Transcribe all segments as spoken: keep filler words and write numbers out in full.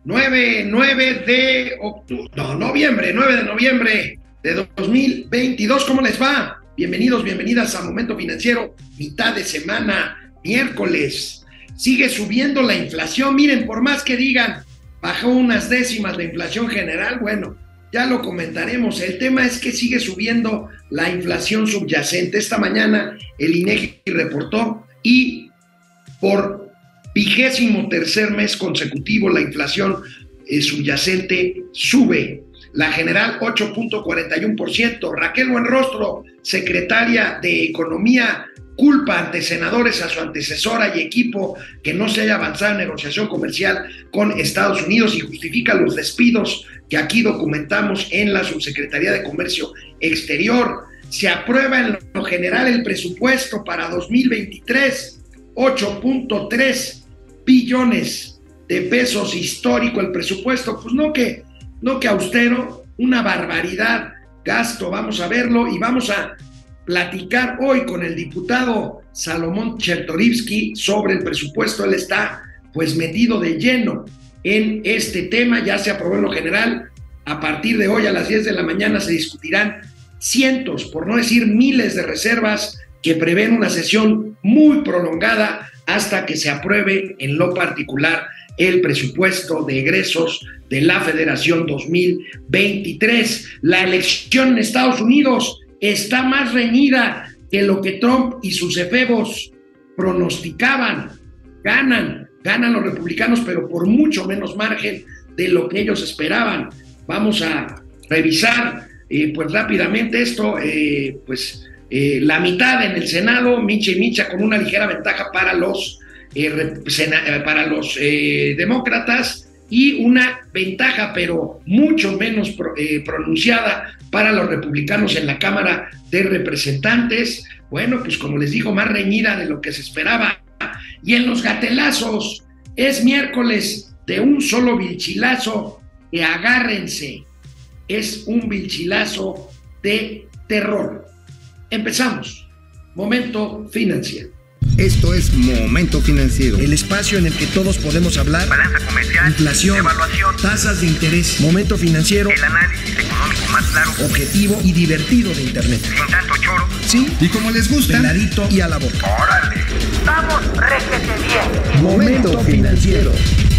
nueve, nueve de octubre, no, noviembre, nueve de noviembre de dos mil veintidós. ¿Cómo les va? Bienvenidos, bienvenidas a Momento Financiero, mitad de semana, miércoles. Sigue subiendo la inflación. Miren, por más que digan, bajó unas décimas la inflación general, bueno, ya lo comentaremos. El tema es que sigue subiendo la inflación subyacente. Esta mañana el INEGI reportó y por vigésimo tercer mes consecutivo la inflación eh, subyacente sube. La general ocho punto cuarenta y uno por ciento. Raquel Buenrostro, secretaria de Economía, culpa ante senadores a su antecesora y equipo que no se haya avanzado en negociación comercial con Estados Unidos y justifica los despidos que aquí documentamos en la Subsecretaría de Comercio Exterior. Se aprueba en lo general el presupuesto para dos mil veintitrés, ocho punto tres billones de pesos, histórico el presupuesto, pues no que, no que austero, una barbaridad, gasto. Vamos a verlo y vamos a platicar hoy con el diputado Salomón Chertorivsky sobre el presupuesto. Él está pues metido de lleno en este tema, ya se aprobó en lo general. A partir de hoy a las diez de la mañana se discutirán cientos, por no decir miles de reservas que prevén una sesión muy prolongada hasta que se apruebe en lo particular el presupuesto de egresos de la Federación dos mil veintitrés. La elección en Estados Unidos está más reñida que lo que Trump y sus efebos pronosticaban. Ganan, ganan los republicanos, pero por mucho menos margen de lo que ellos esperaban. Vamos a revisar eh, pues rápidamente esto, eh, pues eh, la mitad en el Senado, Micha y Micha, con una ligera ventaja para los, eh, sena, para los eh, demócratas y una ventaja, pero mucho menos pro, eh, pronunciada para los republicanos en la Cámara de Representantes. Bueno, pues como les digo, más reñida de lo que se esperaba. Y en los gatelazos, es miércoles de un solo vilchilazo, que agárrense, es un vilchilazo de terror. Empezamos. Momento Financiero. Esto es Momento Financiero, el espacio en el que todos podemos hablar. Balanza comercial, inflación, evaluación, tasas de interés. Momento Financiero, el análisis económico más claro, objetivo y divertido de Internet. Sin tanto choro. Sí, y como les gusta, peladito y a la boca. ¡Órale! ¡Vamos, réjete bien! Momento Financiero.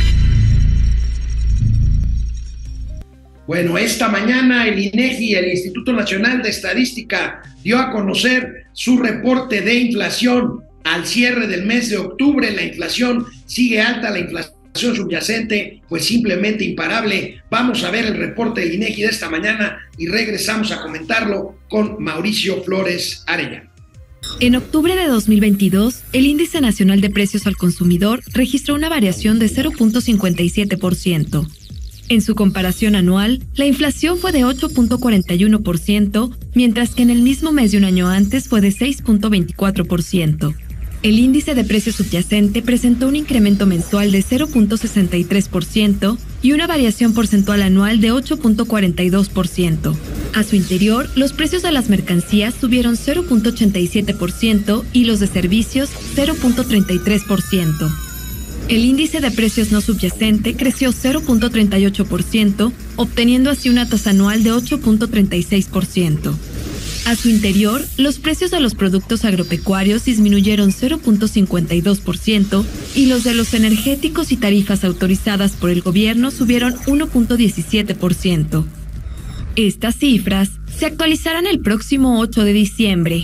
Bueno, esta mañana el INEGI, el Instituto Nacional de Estadística, dio a conocer su reporte de inflación. Al cierre del mes de octubre, la inflación sigue alta, la inflación subyacente, pues simplemente imparable. Vamos a ver el reporte del INEGI de esta mañana y regresamos a comentarlo con Mauricio Flores Arellano. En octubre de dos mil veintidós, el Índice Nacional de Precios al Consumidor registró una variación de cero punto cincuenta y siete por ciento. En su comparación anual, la inflación fue de ocho punto cuarenta y uno por ciento, mientras que en el mismo mes de un año antes fue de seis punto veinticuatro por ciento. El índice de precio subyacente presentó un incremento mensual de cero punto sesenta y tres por ciento y una variación porcentual anual de ocho punto cuarenta y dos por ciento. A su interior, los precios de las mercancías subieron cero punto ochenta y siete por ciento y los de servicios cero punto treinta y tres por ciento. El índice de precios no subyacente creció cero punto treinta y ocho por ciento, obteniendo así una tasa anual de ocho punto treinta y seis por ciento. A su interior, los precios de los productos agropecuarios disminuyeron cero punto cincuenta y dos por ciento y los de los energéticos y tarifas autorizadas por el gobierno subieron uno punto diecisiete por ciento. Estas cifras se actualizarán el próximo ocho de diciembre.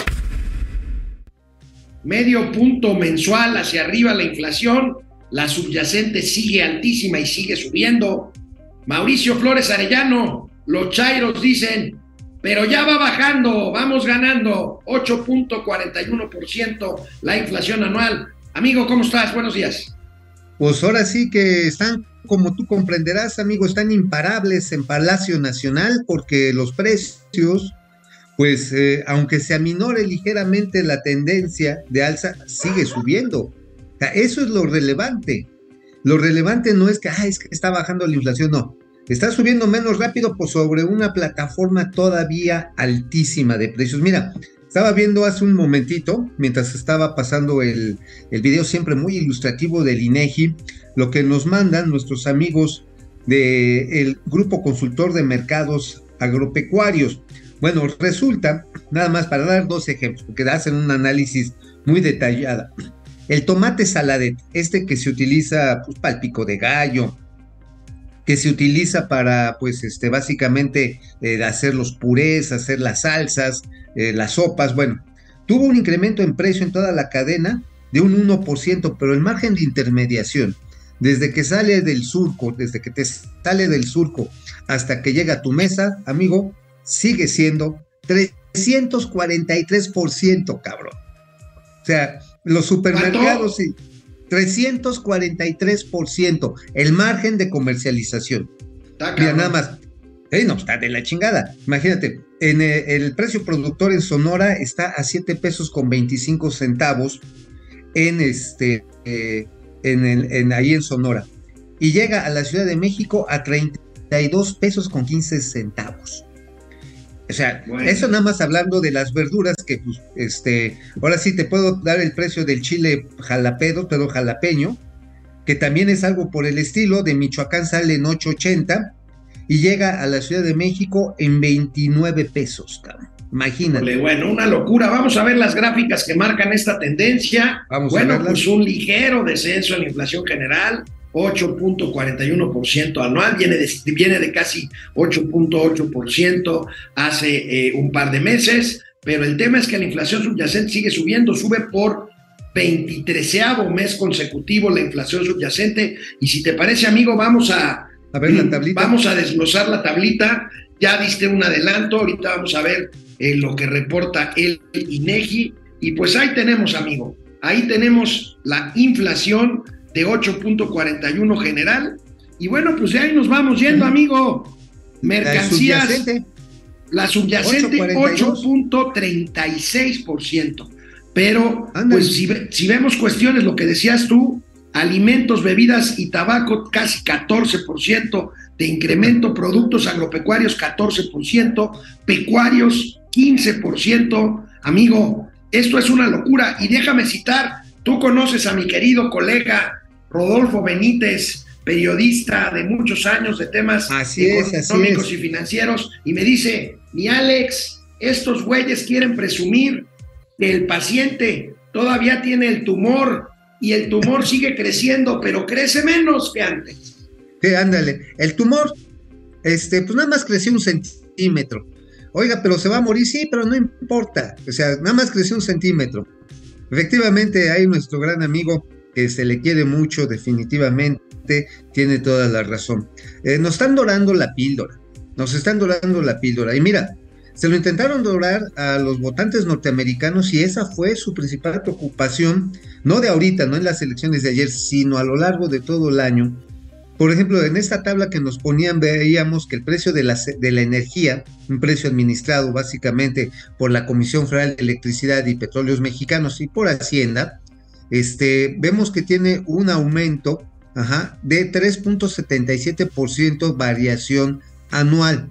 Medio punto mensual hacia arriba la inflación, la subyacente sigue altísima y sigue subiendo. Mauricio Flores Arellano, los chairos dicen, pero ya va bajando, vamos ganando, ocho punto cuarenta y uno por ciento la inflación anual. Amigo, ¿cómo estás? Buenos días. Pues ahora sí que están, como tú comprenderás, amigo, están imparables en Palacio Nacional porque los precios, pues eh, aunque se aminore ligeramente la tendencia de alza, sigue subiendo. O sea, eso es lo relevante. Lo relevante no es que, ah, es que está bajando la inflación, no. Está subiendo menos rápido por sobre una plataforma todavía altísima de precios. Mira, Estaba viendo hace un momentito, mientras estaba pasando el, el video siempre muy ilustrativo del INEGI, lo que nos mandan nuestros amigos del Grupo Consultor de Mercados Agropecuarios. Bueno, resulta, nada más para dar dos ejemplos, porque hacen un análisis muy detallado. El tomate saladet, este que se utiliza pues, para el pico de gallo, que se utiliza para, pues, este, básicamente eh, hacer los purés, hacer las salsas, eh, las sopas, bueno, tuvo un incremento en precio en toda la cadena de un uno por ciento, pero el margen de intermediación, desde que sale del surco, desde que te sale del surco hasta que llega a tu mesa, amigo, sigue siendo trescientos cuarenta y tres por ciento, cabrón. O sea, los supermercados, sí, trescientos cuarenta y tres por ciento, el margen de comercialización. Está Mira, nada más, eh, no, está de la chingada. Imagínate, en el, el precio productor en Sonora está a siete pesos con veinticinco centavos en este, eh, en el, en, ahí en Sonora. Y llega a la Ciudad de México a treinta y dos pesos con quince centavos. O sea, bueno, eso nada más hablando de las verduras que, pues, este, ahora sí te puedo dar el precio del chile jalapeño, pero jalapeño, que también es algo por el estilo. De Michoacán sale en ocho ochenta y llega a la Ciudad de México en veintinueve pesos, cabrón. Imagínate. Ole, bueno, una locura. Vamos a ver las gráficas que marcan esta tendencia. Vamos bueno, a pues un ligero descenso en la inflación general, ocho punto cuarenta y uno por ciento anual, viene de, viene de casi ocho punto ocho por ciento hace eh, un par de meses, pero el tema es que la inflación subyacente sigue subiendo, sube por veintitrésavo mes consecutivo la inflación subyacente, y si te parece, amigo, vamos a, a ver la tablita. Vamos a desglosar la tablita. Ya diste un adelanto, ahorita vamos a ver eh, lo que reporta el INEGI, y pues ahí tenemos, amigo, ahí tenemos la inflación de ocho punto cuarenta y uno general, y bueno, pues de ahí nos vamos yendo, amigo. Mercancías, la subyacente, la subyacente ocho punto treinta y seis por ciento, pero Anda. pues si, si vemos cuestiones, lo que decías tú, alimentos, bebidas y tabaco casi catorce por ciento de incremento, productos agropecuarios catorce por ciento, pecuarios quince por ciento, amigo, esto es una locura. Y déjame citar, tú conoces a mi querido colega Rodolfo Benítez, periodista de muchos años de temas así es, económicos así es. y financieros, y me dice, mi Alex, estos güeyes quieren presumir que el paciente todavía tiene el tumor y el tumor sigue creciendo, pero crece menos que antes. Sí, ándale, el tumor, este, pues nada más creció un centímetro. Oiga, pero se va a morir, sí, pero no importa, o sea, nada más creció un centímetro. Efectivamente, hay nuestro gran amigo que se le quiere mucho, definitivamente, tiene toda la razón. Eh, nos están dorando la píldora, nos están dorando la píldora, y mira, se lo intentaron dorar a los votantes norteamericanos y esa fue su principal preocupación, no de ahorita, no en las elecciones de ayer, sino a lo largo de todo el año. Por ejemplo, en esta tabla que nos ponían veíamos que el precio de la, de la energía, un precio administrado básicamente por la Comisión Federal de Electricidad y Petróleos Mexicanos y por Hacienda, este, vemos que tiene un aumento ajá, de tres punto setenta y siete por ciento variación anual.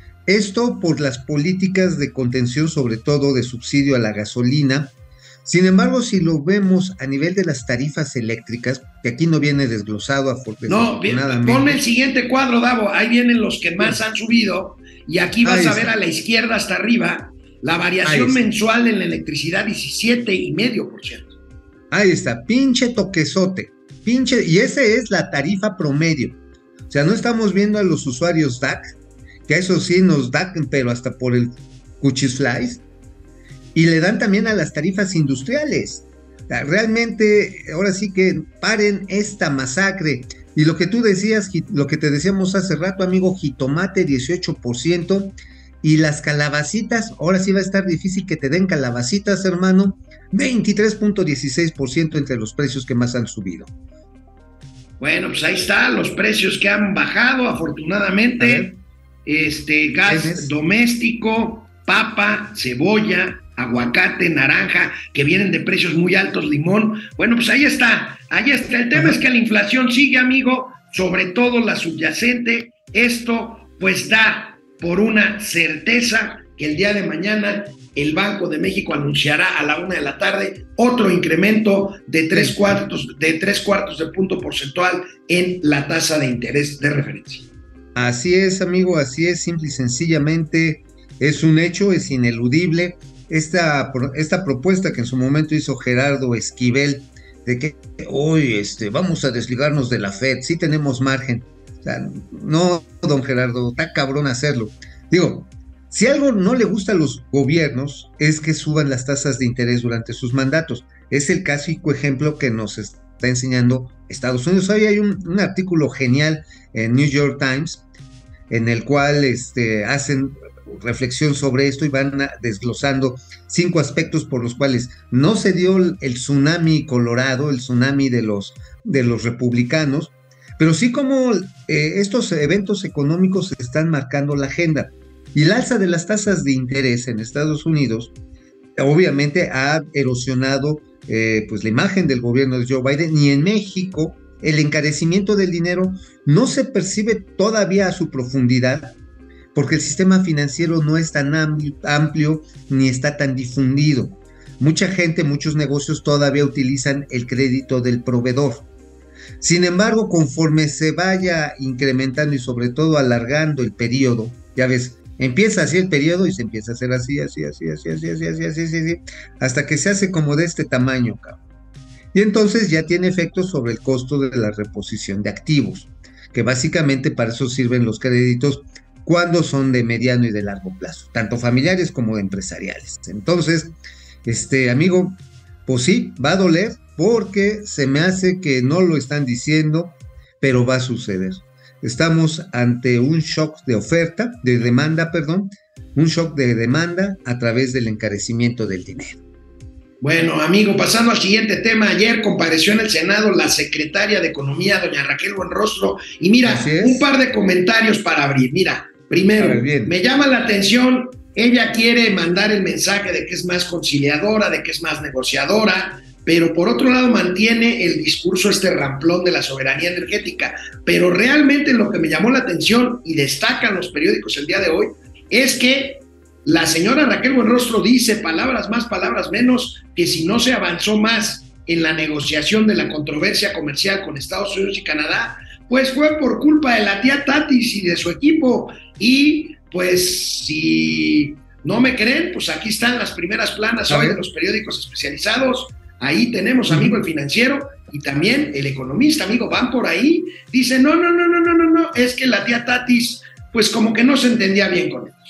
Esto por las políticas de contención, sobre todo de subsidio a la gasolina. Sin embargo, si lo vemos a nivel de las tarifas eléctricas, que aquí no viene desglosado afortunadamente. No, ponme el siguiente cuadro, Davo, ahí vienen los que más han subido, y aquí vas a ver a la izquierda hasta arriba, la variación mensual en la electricidad, diecisiete coma cinco por ciento. Ahí está, pinche toquezote, pinche, y esa es la tarifa promedio. O sea, no estamos viendo a los usuarios D A C, que eso sí nos da, pero hasta por el cuchiflies, y le dan también a las tarifas industriales. O sea, realmente, ahora sí que paren esta masacre. Y lo que tú decías, lo que te decíamos hace rato, amigo, jitomate dieciocho por ciento, y las calabacitas, ahora sí va a estar difícil que te den calabacitas, hermano, veintitrés punto dieciséis por ciento entre los precios que más han subido. Bueno, pues ahí está, los precios que han bajado, afortunadamente. Este, gas ¿Tienes? doméstico, papa, cebolla, aguacate, naranja, que vienen de precios muy altos, limón. Bueno, pues ahí está, ahí está. El tema Ajá. es que la inflación sigue, amigo, sobre todo la subyacente. Esto pues da por una certeza que el día de mañana el Banco de México anunciará a la una de la tarde otro incremento de tres cuartos de tres cuartos de punto porcentual en la tasa de interés de referencia. Así es, amigo, así es, simple y sencillamente es un hecho, es ineludible. Esta, esta propuesta que en su momento hizo Gerardo Esquivel de que hoy este, vamos a desligarnos de la Fed, sí tenemos margen. O sea, no, don Gerardo, está cabrón hacerlo. Digo, si algo no le gusta a los gobiernos es que suban las tasas de interés durante sus mandatos. Es el clásico ejemplo que nos está enseñando Estados Unidos. Hoy hay un, un artículo genial en New York Times en el cual este, hacen reflexión sobre esto y van desglosando cinco aspectos por los cuales no se dio el, el tsunami colorado, el tsunami de los, de los republicanos, pero sí como eh, estos eventos económicos están marcando la agenda. Y el alza de las tasas de interés en Estados Unidos obviamente ha erosionado eh, pues la imagen del gobierno de Joe Biden, y en México el encarecimiento del dinero no se percibe todavía a su profundidad porque el sistema financiero no es tan amplio, amplio ni está tan difundido. Mucha gente, muchos negocios todavía utilizan el crédito del proveedor. Sin embargo, conforme se vaya incrementando y sobre todo alargando el periodo, ya ves, empieza así el periodo y se empieza a hacer así, así, así, así, así, así, así, así, así, así, hasta que se hace como de este tamaño, cabrón. Y entonces ya tiene efectos sobre el costo de la reposición de activos, que básicamente para eso sirven los créditos cuando son de mediano y de largo plazo, tanto familiares como empresariales. Entonces, este amigo, pues sí, va a doler porque se me hace que no lo están diciendo, pero va a suceder. Estamos ante un shock de oferta, de demanda, perdón, un shock de demanda a través del encarecimiento del dinero. Bueno, amigo, pasando al siguiente tema, ayer compareció en el Senado la secretaria de Economía, doña Raquel Buenrostro, y mira, un par de comentarios para abrir. Mira, primero, me llama la atención, ella quiere mandar el mensaje de que es más conciliadora, de que es más negociadora, pero por otro lado mantiene el discurso este ramplón de la soberanía energética. Pero realmente lo que me llamó la atención y destacan los periódicos el día de hoy es que la señora Raquel Buenrostro dice, palabras más, palabras menos, que si no se avanzó más en la negociación de la controversia comercial con Estados Unidos y Canadá, pues fue por culpa de la tía Tatis y de su equipo. Y pues si no me creen, pues aquí están las primeras planas hoy de los periódicos especializados. Ahí tenemos, amigo, el Financiero y también el Economista, amigo, van por ahí. Dice, no, no, no, no, no, no, no, es que la tía Tatis, pues como que no se entendía bien con ellos.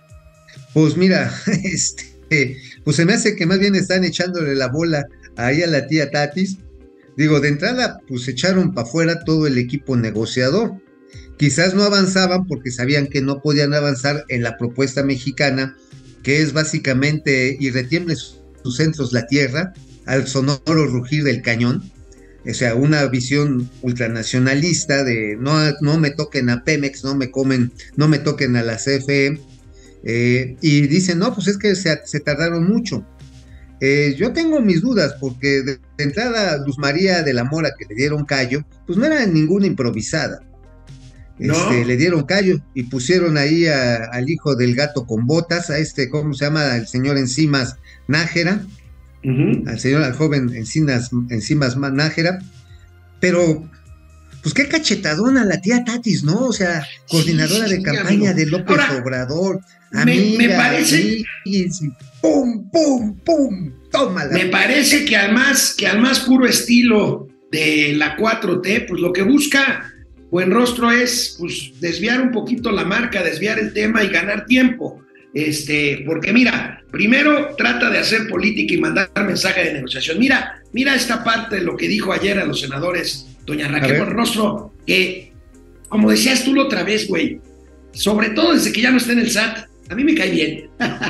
Pues mira, este, pues se me hace que más bien están echándole la bola ahí a la tía Tatis. Digo, de entrada, pues echaron para afuera todo el equipo negociador. Quizás no avanzaban porque sabían que no podían avanzar en la propuesta mexicana, que es básicamente y retiemble sus centros la tierra al sonoro rugir del cañón. O sea, una visión ultranacionalista de no, no me toquen a Pemex, no me comen, no me toquen a la C F E. Eh, y dicen, no, pues es que se, se tardaron mucho. Eh, yo tengo mis dudas, porque de, de entrada Luz María de la Mora, que le dieron callo, pues no era ninguna improvisada. ¿No? Este, le dieron callo y pusieron ahí a, al hijo del gato con botas, a este, ¿cómo se llama? El señor Encinas Nájera, uh-huh. al señor, al joven Encinas, Encinas Nájera, pero pues qué cachetadona la tía Tatis, ¿no? O sea, coordinadora sí, sí, de campaña amigo. de López Ahora, Obrador. Amiga, me, me parece... Y, ¡pum, pum, pum! ¡Tómala! Me parece que al más, que al más puro estilo de la cuatro T, pues lo que busca Buenrostro es pues, desviar un poquito la marca, desviar el tema y ganar tiempo. Este, porque mira, primero trata de hacer política y mandar mensaje de negociación. Mira, mira esta parte de lo que dijo ayer a los senadores doña Raquel Buenrostro, que, como decías tú la otra vez, güey, sobre todo desde que ya no está en el S A T, a mí me cae bien.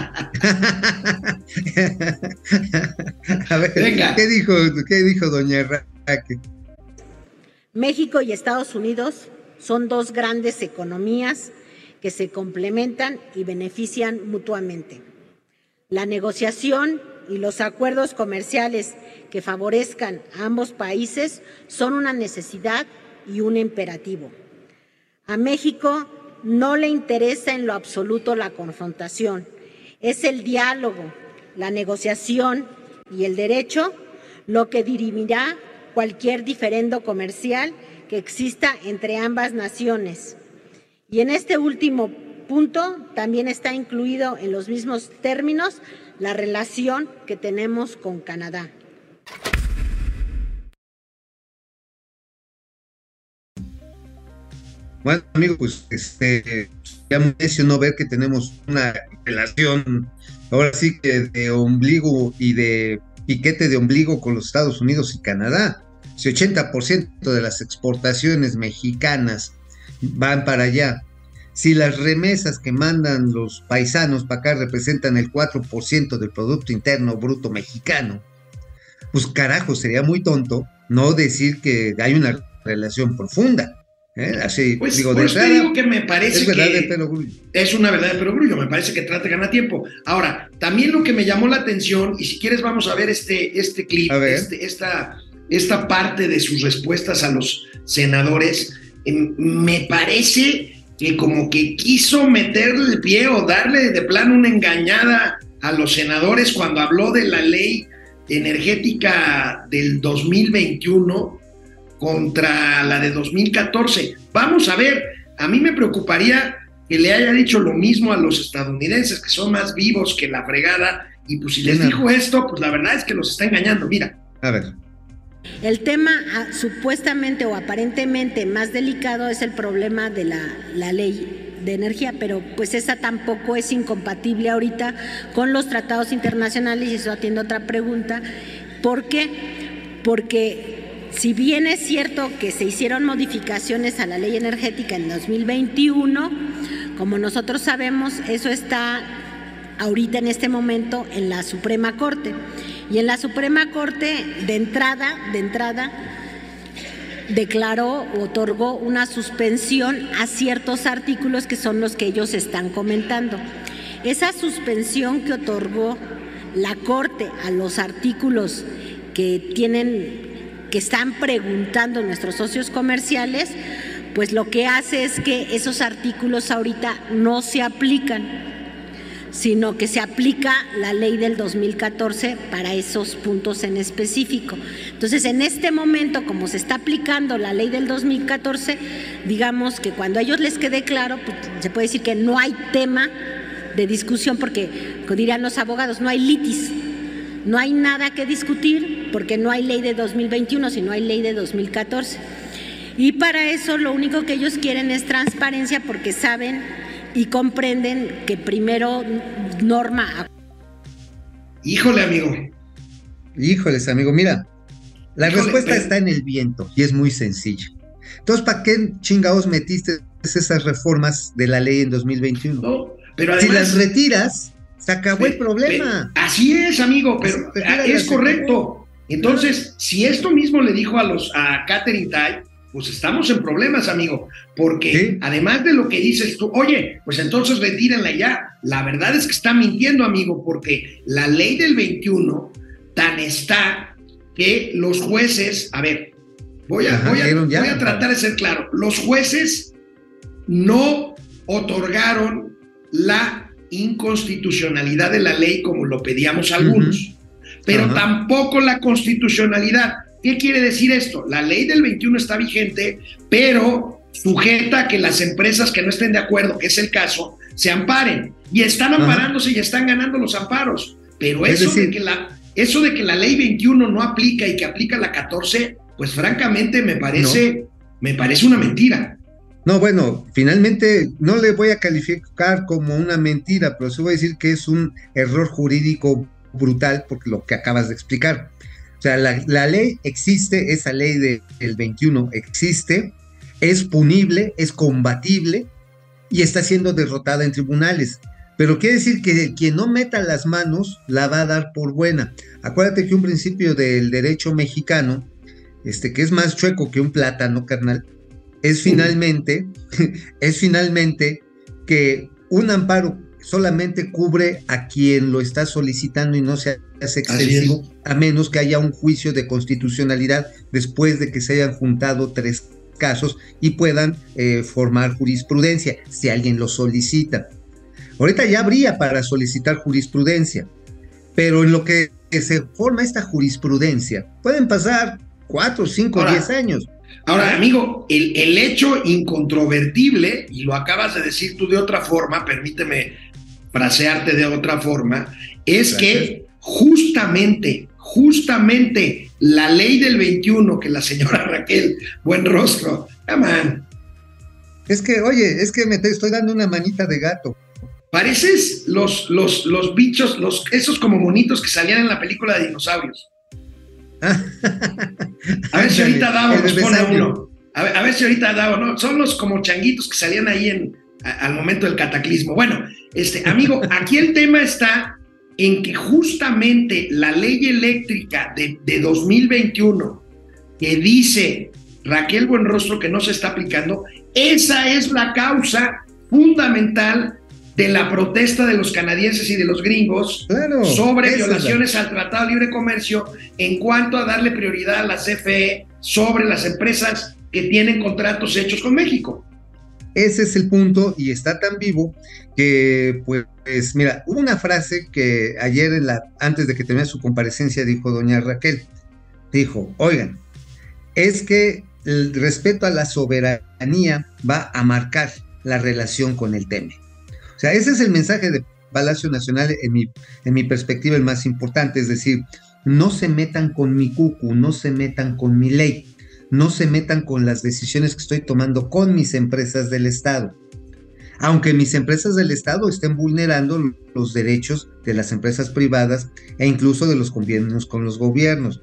A ver, Venga. ¿qué dijo, qué dijo doña Raquel? México y Estados Unidos son dos grandes economías que se complementan y benefician mutuamente. La negociación y los acuerdos comerciales que favorezcan a ambos países son una necesidad y un imperativo. A México no le interesa en lo absoluto la confrontación Es el diálogo, la negociación y el derecho lo que dirimirá cualquier diferendo comercial que exista entre ambas naciones. Y en este último punto también está incluido en los mismos términos la relación que tenemos con Canadá. Bueno, amigo, pues este, ya me no ver que tenemos una relación, ahora sí que de ombligo y de piquete de ombligo con los Estados Unidos y Canadá. Si ochenta por ciento de las exportaciones mexicanas van para allá, si las remesas que mandan los paisanos para acá representan el cuatro por ciento del Producto Interno Bruto mexicano, pues carajo, sería muy tonto no decir que hay una relación profunda. ¿Eh? Así, pues, digo, pues de te entrada, digo que me parece es verdad que de perogrullo. Es una verdad de perogrullo, me parece que trata de ganar tiempo. Ahora, también lo que me llamó la atención, y si quieres vamos a ver este, este clip, este, esta, esta parte de sus respuestas a los senadores, eh, me parece que como que quiso meterle el pie o darle de plano una engañada a los senadores cuando habló de la ley energética del dos mil veintiuno contra la de dos mil catorce. Vamos a ver, a mí me preocuparía que le haya dicho lo mismo a los estadounidenses, que son más vivos que la fregada, y pues si les no. dijo esto, pues la verdad es que los está engañando. Mira. A ver. El tema ah, supuestamente o aparentemente más delicado es el problema de la, la ley de energía, pero pues esa tampoco es incompatible ahorita con los tratados internacionales, y eso atiende a otra pregunta. ¿Por qué? Porque si bien es cierto que se hicieron modificaciones a la ley energética en dos mil veintiuno, como nosotros sabemos, eso está ahorita en este momento en la Suprema Corte. Y en la Suprema Corte, de entrada, de entrada, declaró o otorgó una suspensión a ciertos artículos que son los que ellos están comentando. Esa suspensión que otorgó la Corte a los artículos que tienen que están preguntando nuestros socios comerciales, pues lo que hace es que esos artículos ahorita no se aplican, sino que se aplica la ley del dos mil catorce para esos puntos en específico. Entonces, en este momento, como se está aplicando la ley del dos mil catorce, digamos que cuando a ellos les quede claro, pues, se puede decir que no hay tema de discusión, porque, como dirían los abogados, no hay litis. No hay nada que discutir porque no hay ley de dos mil veintiuno, sino hay ley de dos mil catorce. Y para eso lo único que ellos quieren es transparencia, porque saben y comprenden que primero norma. Híjole, amigo. Híjoles, amigo, mira, la Híjole, respuesta pero... está en el viento y es muy sencilla. Entonces, ¿para qué chingados metiste esas reformas de la ley en dos mil veintiuno? No, pero además... Si las retiras, se acabó pe, el problema. Pe, así es, amigo, pero es correcto. Entonces, si esto mismo le dijo a los a Katherine Tai, pues estamos en problemas, amigo, porque ¿sí? Además de lo que dices tú, oye, pues entonces retírenla ya. La verdad es que está mintiendo, amigo, porque la ley del veintiuno tan está que los jueces, a ver, voy a, Ajá, voy a, voy a tratar de ser claro, los jueces no otorgaron la inconstitucionalidad de la ley como lo pedíamos algunos, uh-huh. pero Ajá. tampoco la constitucionalidad. ¿Qué quiere decir esto? La ley del veintiuno está vigente, pero sujeta a que las empresas que no estén de acuerdo, que es el caso, se amparen. Y están amparándose Ajá. y están ganando los amparos. Pero eso, decir... de que la, eso de que la ley veintiuno no aplica y que aplica la catorce, pues francamente me parece, no. me parece una mentira. No, bueno, finalmente no le voy a calificar como una mentira, pero sí voy a decir que es un error jurídico brutal, porque lo que acabas de explicar. O sea, la, la ley existe, esa ley de, del veintiuno existe, es punible, es combatible y está siendo derrotada en tribunales. Pero quiere decir que quien no meta las manos la va a dar por buena. Acuérdate que un principio del derecho mexicano, este, que es más chueco que un plátano, carnal, es finalmente, es finalmente que un amparo solamente cubre a quien lo está solicitando y no se hace extensivo, a menos que haya un juicio de constitucionalidad después de que se hayan juntado tres casos y puedan eh, formar jurisprudencia, si alguien lo solicita. Ahorita ya habría para solicitar jurisprudencia, pero en lo que se forma esta jurisprudencia pueden pasar cuatro, cinco, Ahora, diez años. Ahora, amigo, el, el hecho incontrovertible, y lo acabas de decir tú de otra forma, permíteme frasearte de otra forma, es Gracias. que justamente, justamente la ley del veintiuno que la señora Raquel Buenrostro, come on. Es que, oye, es que me te estoy dando una manita de gato. Pareces los, los, los bichos, los, esos como monitos que salían en la película de dinosaurios. A ver si ahorita Davo nos pone uno. A ver, a ver si ahorita Davo, no, son los como changuitos que salían ahí en, a, al momento del cataclismo. Bueno, este, amigo, aquí el tema está en que justamente la ley eléctrica de, de dos mil veintiuno, que dice Raquel Buenrostro que no se está aplicando, esa es la causa fundamental de la protesta de los canadienses y de los gringos claro, sobre violaciones al Tratado de Libre Comercio en cuanto a darle prioridad a la C F E sobre las empresas que tienen contratos hechos con México. Ese es el punto y está tan vivo que, pues, mira, hubo una frase que ayer, en la, antes de que terminara su comparecencia, dijo doña Raquel, dijo, oigan, es que el respeto a la soberanía va a marcar la relación con el T E M E. O sea, ese es el mensaje de Palacio Nacional en mi, en mi perspectiva el más importante, es decir, no se metan con mi cucu, no se metan con mi ley, no se metan con las decisiones que estoy tomando con mis empresas del Estado. Aunque mis empresas del Estado estén vulnerando los derechos de las empresas privadas e incluso de los convenios con los gobiernos.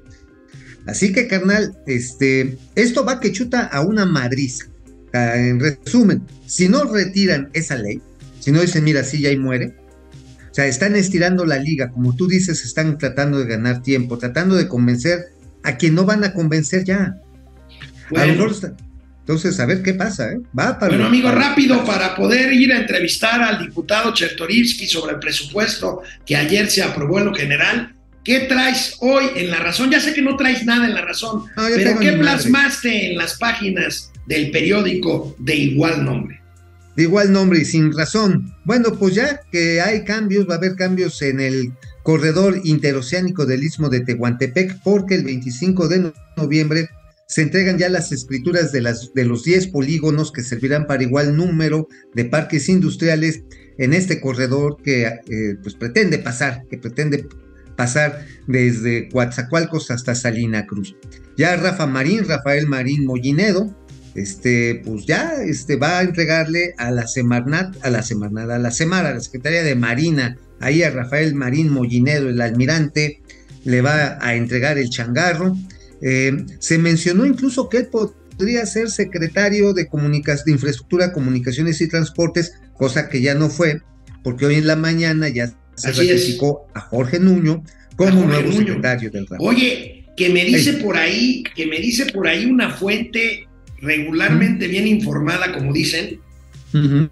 Así que, carnal, este, esto va que chuta a una madriza. En resumen, si no retiran esa ley, si no dicen, mira, sí, ya ahí muere, o sea, están estirando la liga, como tú dices, están tratando de ganar tiempo, tratando de convencer a quien no van a convencer ya. Bueno. A lo mejor está... Entonces, a ver qué pasa, ¿eh? Va para bueno, amigo, rápido, para poder ir a entrevistar al diputado Chertorivsky sobre el presupuesto que ayer se aprobó en lo general. ¿Qué traes hoy en La Razón? Ya sé que no traes nada en La Razón, no, pero ¿qué plasmaste madre. en las páginas del periódico de igual nombre? De igual nombre y sin razón. Bueno, pues ya que hay cambios, va a haber cambios en el corredor interoceánico del Istmo de Tehuantepec, porque el veinticinco de noviembre se entregan ya las escrituras de, las, de los diez polígonos que servirán para igual número de parques industriales en este corredor que eh, pues pretende pasar, que pretende pasar desde Coatzacoalcos hasta Salina Cruz. Ya Rafa Marín, Rafael Marín Mollinedo, este, pues ya este, va a entregarle a la Semarnat, a la Semarnat, a la Semar, a la Secretaría de Marina, ahí a Rafael Marín Mollinedo, el almirante, le va a entregar el changarro. Eh, se mencionó incluso que él podría ser secretario de, comunicas, de Infraestructura, Comunicaciones y Transportes, cosa que ya no fue, porque hoy en la mañana ya se Así ratificó es. a Jorge Nuño como Jorge nuevo Nuño. secretario del ramo. Oye, que me dice Ey. por ahí, que me dice por ahí una fuente regularmente uh-huh. bien informada, como dicen, uh-huh.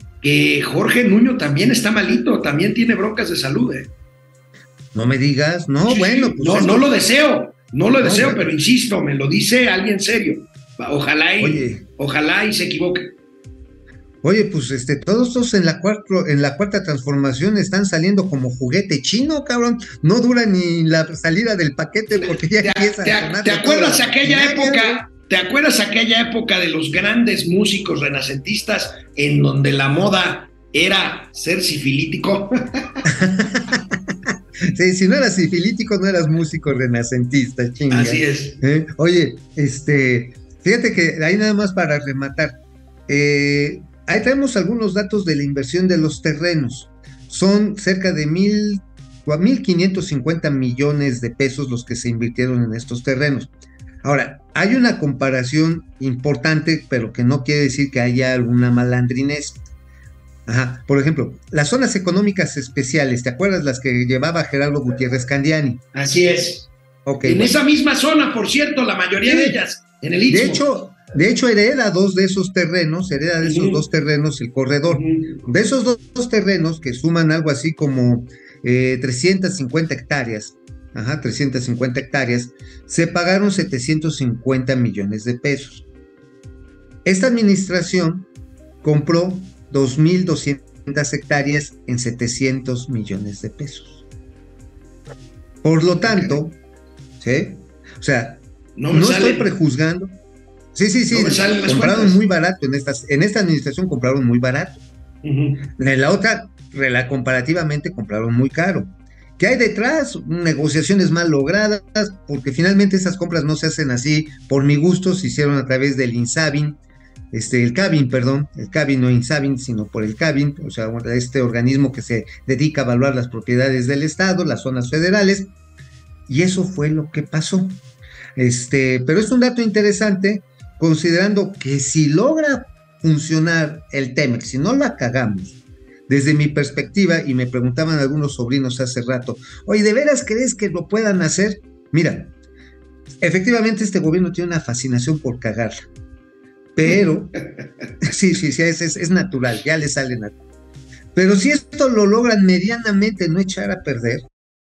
que Jorge Nuño también está malito, también tiene broncas de salud, ¿eh? No me digas, no, sí, bueno. Pues no, no lo deseo. No lo deseo, no, bueno. pero insisto, me lo dice alguien serio. Ojalá y, Oye. ojalá y se equivoque. Oye, pues este, todos estos en la, cuatro, en la cuarta transformación están saliendo como juguete chino, cabrón. No dura ni la salida del paquete porque ya te, empieza te, a ¿Te acuerdas aquella época? ¿Te acuerdas aquella época de los grandes músicos renacentistas en donde la moda era ser sifilítico? Sí, si no eras sifilítico, no eras músico renacentista, chinga. Así es. ¿Eh? Oye, este, fíjate que ahí nada más para rematar, eh, ahí traemos algunos datos de la inversión de los terrenos. Son cerca de mil, mil quinientos cincuenta millones de pesos los que se invirtieron en estos terrenos. Ahora, hay una comparación importante, pero que no quiere decir que haya alguna malandrinez. Ajá. Por ejemplo, las zonas económicas especiales, ¿te acuerdas las que llevaba Gerardo Gutiérrez Candiani? Así es. Okay, en bueno. esa misma zona, por cierto, la mayoría sí. de ellas, en el Istmo. De hecho, de hecho, hereda dos de esos terrenos, hereda de esos uh-huh. dos terrenos el corredor. Uh-huh. De esos dos, dos terrenos, que suman algo así como eh, trescientas cincuenta hectáreas, ajá, trescientas cincuenta hectáreas, se pagaron setecientos cincuenta millones de pesos. Esta administración compró dos mil doscientas hectáreas en setecientos millones de pesos. Por lo tanto, ¿sí? O sea, no, no estoy prejuzgando. Sí, sí, sí, no compraron muy barato en estas, en esta administración compraron muy barato. Uh-huh. En la otra, comparativamente compraron muy caro. ¿Qué hay detrás? Negociaciones mal logradas, porque finalmente esas compras no se hacen así por mi gusto, se hicieron a través del INSABIN, este, el CABIN, perdón, el CABIN no INSABIN, sino por el CABIN, o sea, este organismo que se dedica a evaluar las propiedades del Estado, las zonas federales, y eso fue lo que pasó. Este, pero es un dato interesante, considerando que si logra funcionar el TEMEC, si no la cagamos, desde mi perspectiva, y me preguntaban algunos sobrinos hace rato, oye, ¿de veras crees que lo puedan hacer? Mira, efectivamente este gobierno tiene una fascinación por cagarla, pero, sí, sí, sí, es, es, es natural, ya le sale natural. Pero si esto lo logran medianamente no echar a perder,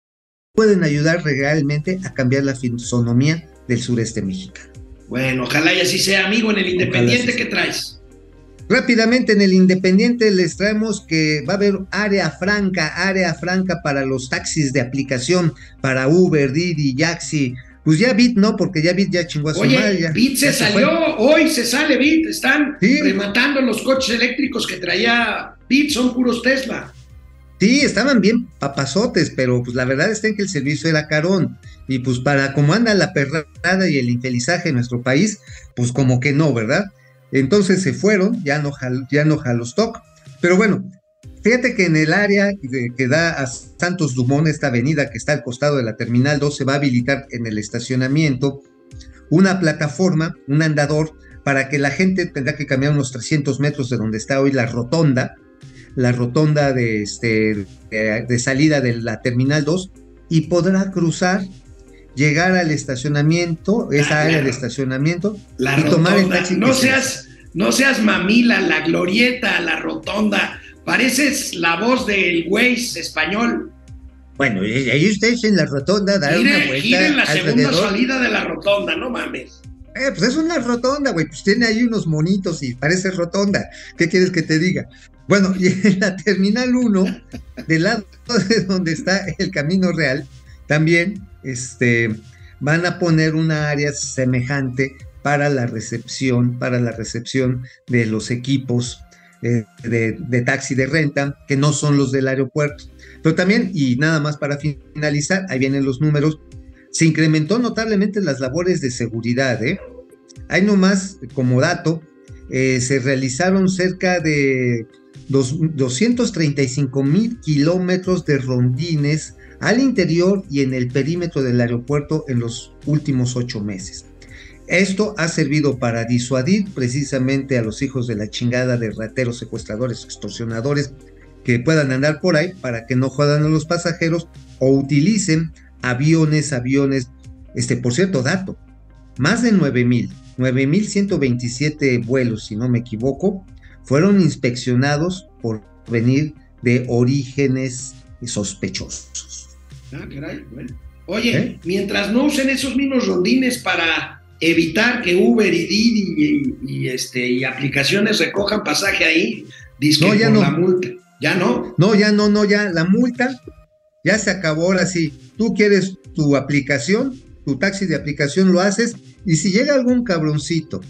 pueden ayudar realmente a cambiar la fisonomía del sureste mexicano. Bueno, ojalá y así sea, amigo. En el Independiente, ¿qué traes? Rápidamente, en el Independiente les traemos que va a haber área franca, área franca para los taxis de aplicación, para Uber, Didi, Yaxi. Pues ya Bit no, porque ya Bit ya chingó a su Oye, madre. Ya, Bit se ya salió, se hoy se sale Bit, están sí. rematando los coches eléctricos que traía Bit, son puros Tesla. Sí, estaban bien papazotes, pero pues la verdad está en que el servicio era carón, y pues para como anda la perrada y el infelizaje en nuestro país, pues como que no, ¿verdad? Entonces se fueron, ya no, ya no jaló stock, pero bueno, fíjate que en el área de, que da a Santos Dumont, esta avenida que está al costado de la Terminal dos, se va a habilitar en el estacionamiento una plataforma, un andador, para que la gente tendrá que caminar unos trescientos metros de donde está hoy la rotonda, la rotonda de, este, de, de salida de la Terminal dos, y podrá cruzar, llegar al estacionamiento, esa ah, área la, de estacionamiento, la y rotonda. tomar el taxi. No seas, no seas mamila, la glorieta, la rotonda, pareces la voz del Waze español. Bueno, y ahí ustedes en la rotonda dar Gire, una vuelta gire en la alrededor. segunda salida de la rotonda, no mames. Eh, pues es una rotonda, güey, pues tiene ahí unos monitos y parece rotonda. ¿Qué quieres que te diga? Bueno, y en la Terminal uno, del lado de donde está el Camino Real, también este, van a poner una área semejante para la recepción, para la recepción de los equipos eh, de, de taxi de renta, que no son los del aeropuerto. Pero también, y nada más para finalizar, ahí vienen los números, se incrementó notablemente las labores de seguridad, ¿eh? Ahí nomás, como dato, eh, se realizaron cerca de dos, doscientos treinta y cinco mil kilómetros de rondines al interior y en el perímetro del aeropuerto en los últimos ocho meses. Esto ha servido para disuadir precisamente a los hijos de la chingada de rateros, secuestradores, extorsionadores que puedan andar por ahí, para que no jodan a los pasajeros o utilicen aviones, aviones, este, por cierto, dato, más de nueve mil, nueve mil ciento veintisiete vuelos, si no me equivoco, fueron inspeccionados por venir de orígenes sospechosos. Ah, caray, bueno. Oye, ¿Eh? mientras no usen esos mismos rondines para evitar que Uber y Didi y, y, este, y aplicaciones recojan pasaje ahí, disque no, ya por no. la multa. ¿Ya no? No, ya no, no, ya la multa ya se acabó. Ahora sí, tú quieres tu aplicación, tu taxi de aplicación lo haces, y si llega algún cabroncito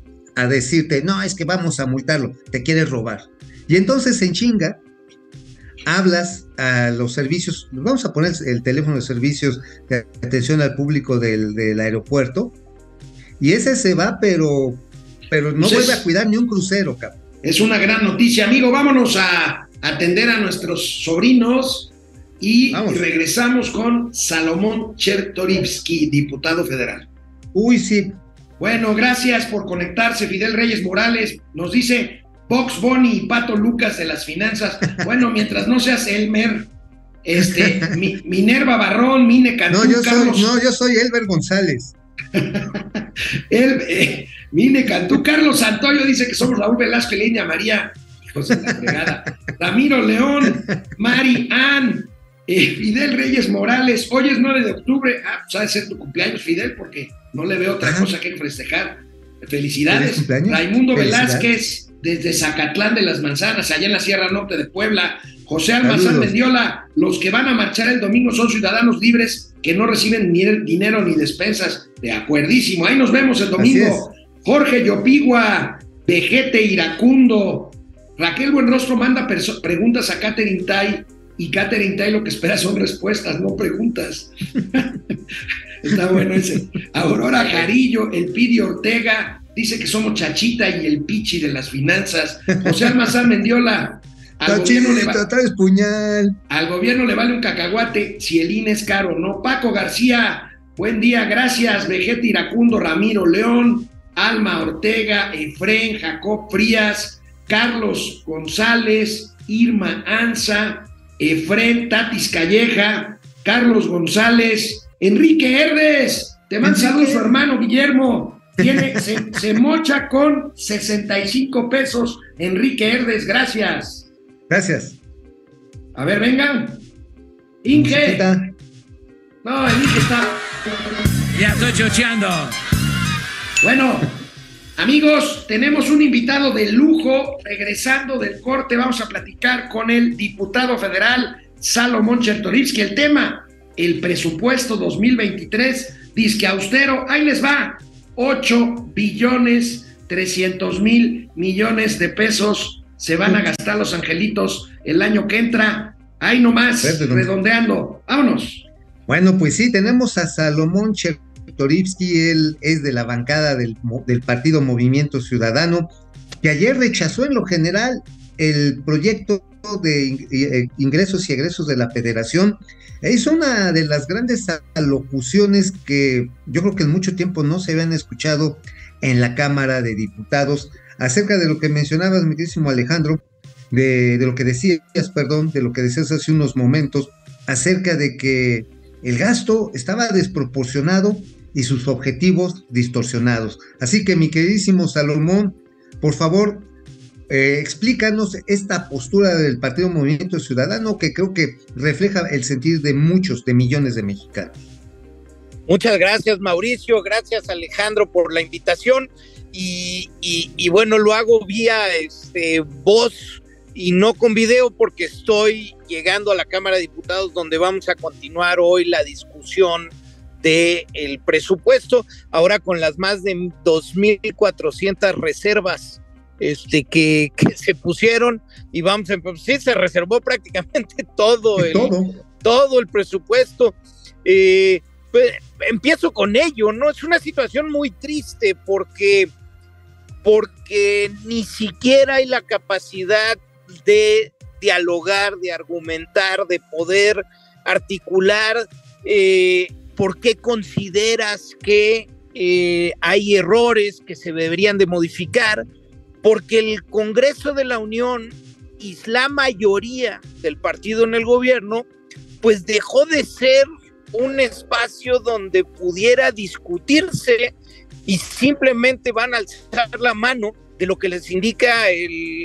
a decirte, no, es que vamos a multarlo, te quieres robar, y entonces en chinga hablas a los servicios, vamos a poner el teléfono de servicios de atención al público del, del aeropuerto, y ese se va, pero, pero no pues vuelve es, a cuidar ni un crucero, cabrón. Es una gran noticia, amigo. Vámonos a atender a nuestros sobrinos y Vamos. regresamos con Salomón Chertorivsky, diputado federal. Uy, sí. Bueno, gracias por conectarse, Fidel Reyes Morales. Nos dice Box Bunny y Pato Lucas de las finanzas. Bueno, mientras no seas Elmer, este, mi, Minerva Barrón, Mine Cantú, no, yo Carlos. Soy, no, yo soy Elber González. El, eh, Mine Cantú, Carlos Santoyo dice que somos Raúl Velasco y Leña María. Hijos de la fregada. Ramiro León, Mari Ann, eh, Fidel Reyes Morales. Hoy es nueve de octubre. Ah, pues ha de ser tu cumpleaños, Fidel, porque no le veo otra Ajá. cosa que festejar. Felicidades. Raimundo Velázquez, desde Zacatlán de las Manzanas, allá en la Sierra Norte de Puebla. José Almazán Mendiola, los que van a marchar el domingo son ciudadanos libres que no reciben ni dinero ni despensas. De acuerdísimo, ahí nos vemos el domingo. Jorge Yopigua, Vejete Iracundo, Raquel Buenrostro manda perso- preguntas a Catherine Tai, y Catherine Tai lo que espera son respuestas, no preguntas. Está bueno ese. Aurora Jarillo, el Pidi Ortega, dice que somos Chachita y el Pichi de las finanzas. José Almazán Mendiola, al gobierno, le va- traes puñal. al gobierno le vale un cacahuate si el I N E es caro, ¿no? Paco García, buen día, gracias. Vejete Iracundo, Ramiro León, Alma Ortega, Efrén, Jacob Frías, Carlos González, Irma Anza, Efrén, Tatis Calleja, Carlos González, Enrique Herdes, te manda saludos su hermano Guillermo, tiene, se, se mocha con sesenta y cinco pesos, Enrique Herdes, gracias. Gracias. A ver, vengan. Inge. Musiquita. No, el Inge está. Ya estoy chocheando. Bueno, amigos, tenemos un invitado de lujo. Regresando del corte, vamos a platicar con el diputado federal Salomón Chertorivsky. El tema, el presupuesto dos mil veintitrés, disque austero. Ahí les va, ocho billones trescientos mil millones de pesos se van a gastar los angelitos el año que entra. Ahí nomás, Perdón. redondeando. Vámonos. Bueno, pues sí, tenemos a Salomón Chertorivsky, él es de la bancada del, del partido Movimiento Ciudadano, que ayer rechazó en lo general el proyecto de ingresos y egresos de la Federación. Es una de las grandes alocuciones que yo creo que en mucho tiempo no se habían escuchado en la Cámara de Diputados acerca de lo que mencionabas, mi queridísimo Alejandro, de, de lo que decías, perdón, de lo que decías hace unos momentos, acerca de que el gasto estaba desproporcionado y sus objetivos distorsionados. Así que, mi queridísimo Salomón, por favor, eh, explícanos esta postura del Partido Movimiento Ciudadano, que creo que refleja el sentir de muchos, de millones de mexicanos. Muchas gracias, Mauricio, gracias, Alejandro, por la invitación, y, y, y bueno, lo hago vía este, voz y no con video, porque estoy llegando a la Cámara de Diputados, donde vamos a continuar hoy la discusión del presupuesto, ahora con las más de dos mil cuatrocientas reservas este, que, que se pusieron, y vamos a empezar. Sí, se reservó prácticamente todo el, todo. todo el presupuesto. Eh, pues, empiezo con ello, ¿no? Es una situación muy triste porque, porque ni siquiera hay la capacidad de dialogar, de argumentar, de poder articular eh, por qué consideras que eh, hay errores que se deberían de modificar, porque el Congreso de la Unión y la mayoría del partido en el gobierno, pues dejó de ser un espacio donde pudiera discutirse, y simplemente van a alzar la mano de lo que les indica el,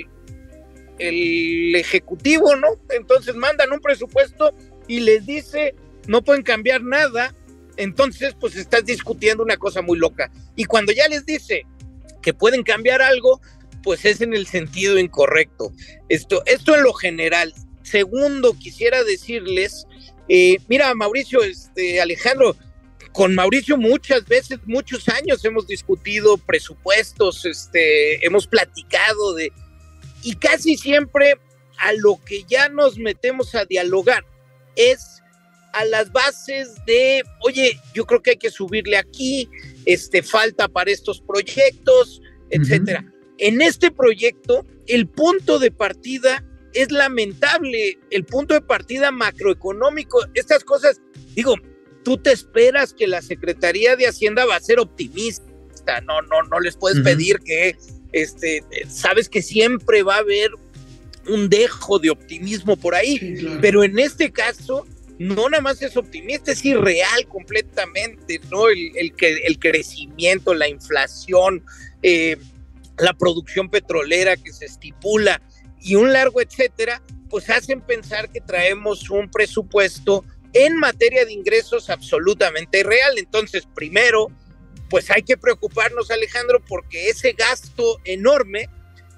el Ejecutivo, ¿no? Entonces mandan un presupuesto y les dice, no pueden cambiar nada, entonces pues estás discutiendo una cosa muy loca. Y cuando ya les dice que pueden cambiar algo, pues es en el sentido incorrecto. Esto, esto en lo general. Segundo, quisiera decirles, eh, mira, Mauricio, este, Alejandro, con Mauricio muchas veces, muchos años hemos discutido presupuestos, este, hemos platicado de, y casi siempre a lo que ya nos metemos a dialogar es a las bases de, oye, yo creo que hay que subirle aquí, este, falta para estos proyectos, etcétera. Uh-huh. En este proyecto, el punto de partida es lamentable, el punto de partida macroeconómico. Estas cosas, digo, tú te esperas que la Secretaría de Hacienda va a ser optimista, no, no, no les puedes uh-huh. pedir que, este, sabes que siempre va a haber un dejo de optimismo por ahí, sí, claro. Pero en este caso, no nada más es optimista, es irreal completamente, ¿no? El, el, el crecimiento, la inflación, eh, la producción petrolera que se estipula y un largo etcétera, pues hacen pensar que traemos un presupuesto en materia de ingresos absolutamente irreal. Entonces, primero, pues hay que preocuparnos, Alejandro, porque ese gasto enorme,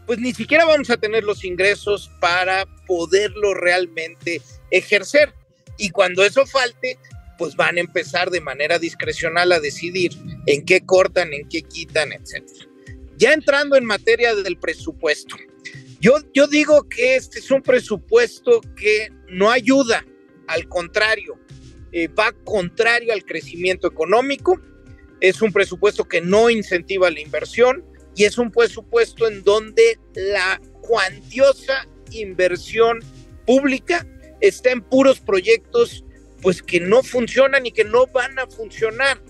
pues ni siquiera vamos a tener los ingresos para poderlo realmente ejercer. Y cuando eso falte, pues van a empezar de manera discrecional a decidir en qué cortan, en qué quitan, etcétera. Ya entrando en materia del presupuesto, yo, yo digo que este es un presupuesto que no ayuda, al contrario, eh, va contrario al crecimiento económico, es un presupuesto que no incentiva la inversión y es un presupuesto en donde la cuantiosa inversión pública está en puros proyectos pues que no funcionan y que no van a funcionar.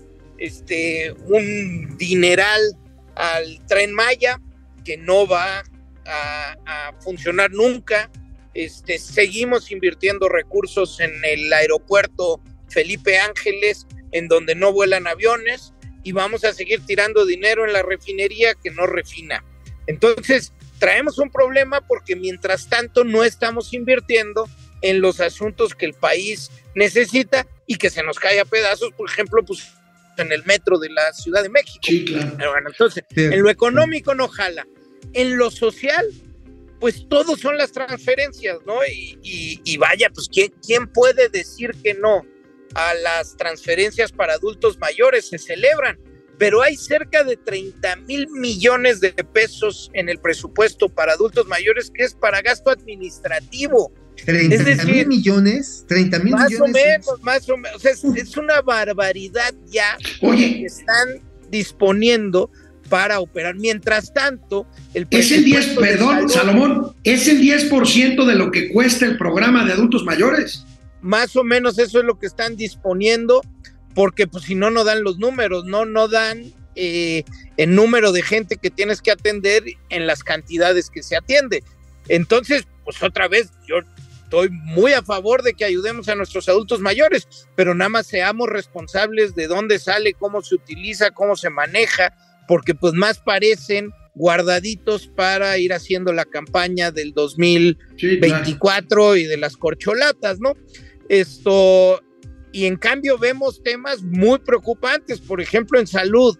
Este, un dineral al Tren Maya que no va a, a funcionar nunca. Este, seguimos invirtiendo recursos en el aeropuerto Felipe Ángeles, en donde no vuelan aviones, y vamos a seguir tirando dinero en la refinería que no refina. Entonces, traemos un problema porque mientras tanto no estamos invirtiendo en los asuntos que el país necesita y que se nos cae a pedazos, por ejemplo, pues en el metro de la Ciudad de México. Sí, claro. Bueno, entonces, sí. En lo económico no jala. En lo social, pues todo son las transferencias, ¿no? Y, y, y vaya, pues ¿quién, ¿quién puede decir que no a las transferencias para adultos mayores? Se celebran, pero hay cerca de treinta mil millones de pesos en el presupuesto para adultos mayores que es para gasto administrativo. treinta mil millones, treinta mil más millones. O menos, más o menos, o sea, es, es una barbaridad ya. Oye, que están disponiendo para operar. Mientras tanto, el es el diez, perdón, Salomón, es el diez por ciento de lo que cuesta el programa de adultos mayores. Más o menos eso es lo que están disponiendo, porque pues si no, no dan los números, no, no dan eh, el número de gente que tienes que atender en las cantidades que se atiende. Entonces, pues otra vez, yo estoy muy a favor de que ayudemos a nuestros adultos mayores, pero nada más seamos responsables de dónde sale, cómo se utiliza, cómo se maneja, porque pues más parecen guardaditos para ir haciendo la campaña del dos mil veinticuatro, sí, claro, y de las corcholatas, ¿no? Esto, y en cambio vemos temas muy preocupantes, por ejemplo, en salud,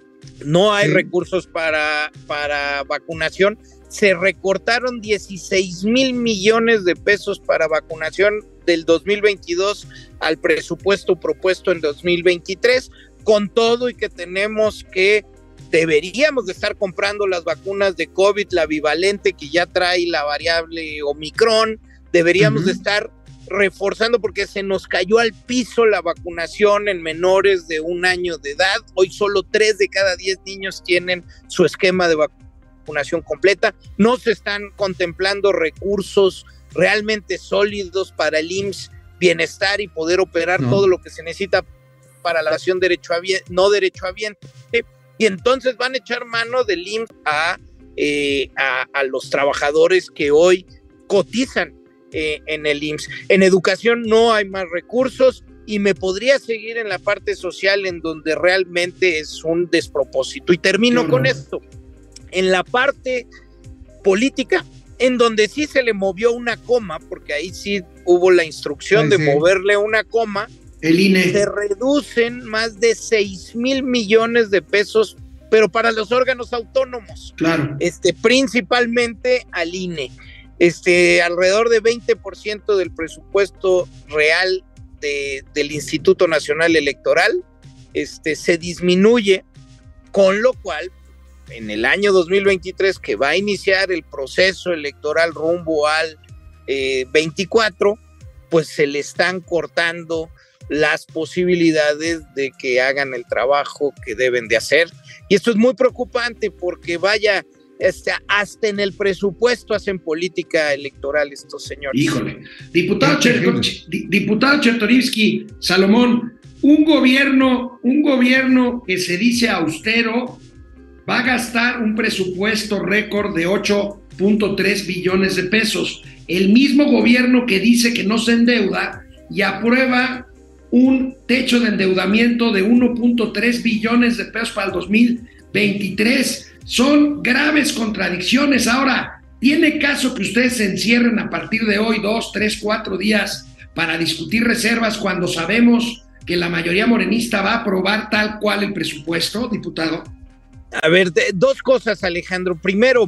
no hay sí. recursos para, para vacunación, se recortaron dieciséis mil millones de pesos para vacunación del dos mil veintidós al presupuesto propuesto en dos mil veintitrés, con todo y que tenemos que deberíamos de estar comprando las vacunas de COVID, la bivalente que ya trae la variable Omicron, deberíamos uh-huh. de estar reforzando porque se nos cayó al piso la vacunación en menores de un año de edad. Hoy solo tres de cada diez niños tienen su esquema de vacunación completa. No se están contemplando recursos realmente sólidos para el I M S S Bienestar y poder operar no. todo lo que se necesita para la nación derechohabiente, no derechohabiente. Y entonces van a echar mano del I M S S a, eh, a, a los trabajadores que hoy cotizan eh, en el I M S S. En educación no hay más recursos y me podría seguir en la parte social en donde realmente es un despropósito. Y termino con esto. En la parte política, en donde sí se le movió una coma, porque ahí sí hubo la instrucción sí, de sí. moverle una coma, el I N E. Se reducen más de seis mil millones de pesos, pero para los órganos autónomos. Claro. Este, principalmente al I N E. Este, alrededor de veinte por ciento del presupuesto real de, del Instituto Nacional Electoral este, se disminuye, con lo cual, en el año dos mil veintitrés, que va a iniciar el proceso electoral rumbo al eh, veinticuatro, pues se le están cortando las posibilidades de que hagan el trabajo que deben de hacer. Y esto es muy preocupante porque vaya, este, hasta en el presupuesto hacen política electoral estos señores. Híjole. Diputado, Chertor- diputado Chertorivsky, Salomón, un gobierno, un gobierno que se dice austero va a gastar un presupuesto récord de ocho punto tres billones de pesos. El mismo gobierno que dice que no se endeuda y aprueba un techo de endeudamiento de uno punto tres billones de pesos para el dos mil veintitrés. Son graves contradicciones. Ahora, ¿tiene caso que ustedes se encierren a partir de hoy dos, tres, cuatro días para discutir reservas cuando sabemos que la mayoría morenista va a aprobar tal cual el presupuesto, diputado? A ver, de, dos cosas, Alejandro. Primero,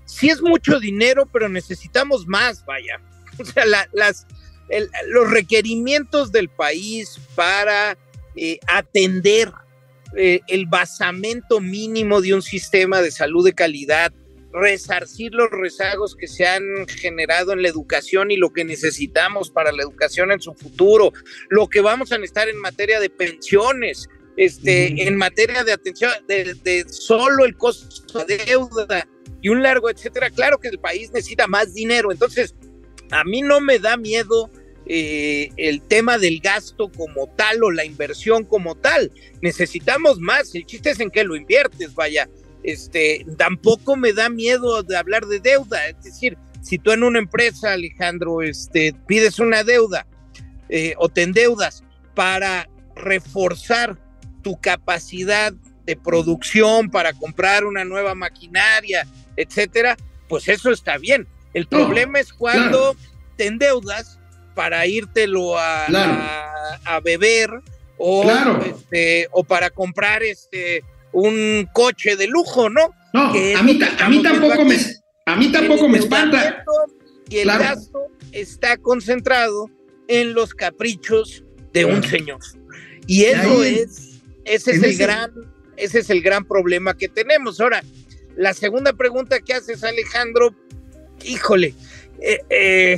sí es mucho dinero, pero necesitamos más, vaya. O sea, la, las, el, los requerimientos del país para eh, atender eh, el basamento mínimo de un sistema de salud de calidad, resarcir los rezagos que se han generado en la educación y lo que necesitamos para la educación en su futuro, lo que vamos a necesitar en materia de pensiones, este, uh-huh. en materia de atención, de, de solo el costo de deuda y un largo etcétera. Claro que el país necesita más dinero, entonces a mí no me da miedo eh, el tema del gasto como tal o la inversión como tal. Necesitamos más, el chiste es en qué lo inviertes, vaya. Este, tampoco me da miedo de hablar de deuda, es decir, si tú en una empresa, Alejandro, este, pides una deuda eh, o te endeudas para reforzar tu capacidad de producción, para comprar una nueva maquinaria, etcétera, pues eso está bien. El problema oh, es cuando claro. te endeudas para írtelo a, claro. a, a beber o, claro. este, o para comprar este un coche de lujo, ¿no? No, a mí, a mí tampoco me, a mí tampoco me espanta. Y el claro. gasto está concentrado en los caprichos de claro. un señor. Y eso Ahí, es, ese es el ese... gran, ese es el gran problema que tenemos. Ahora, la segunda pregunta que haces, Alejandro, híjole, eh, eh,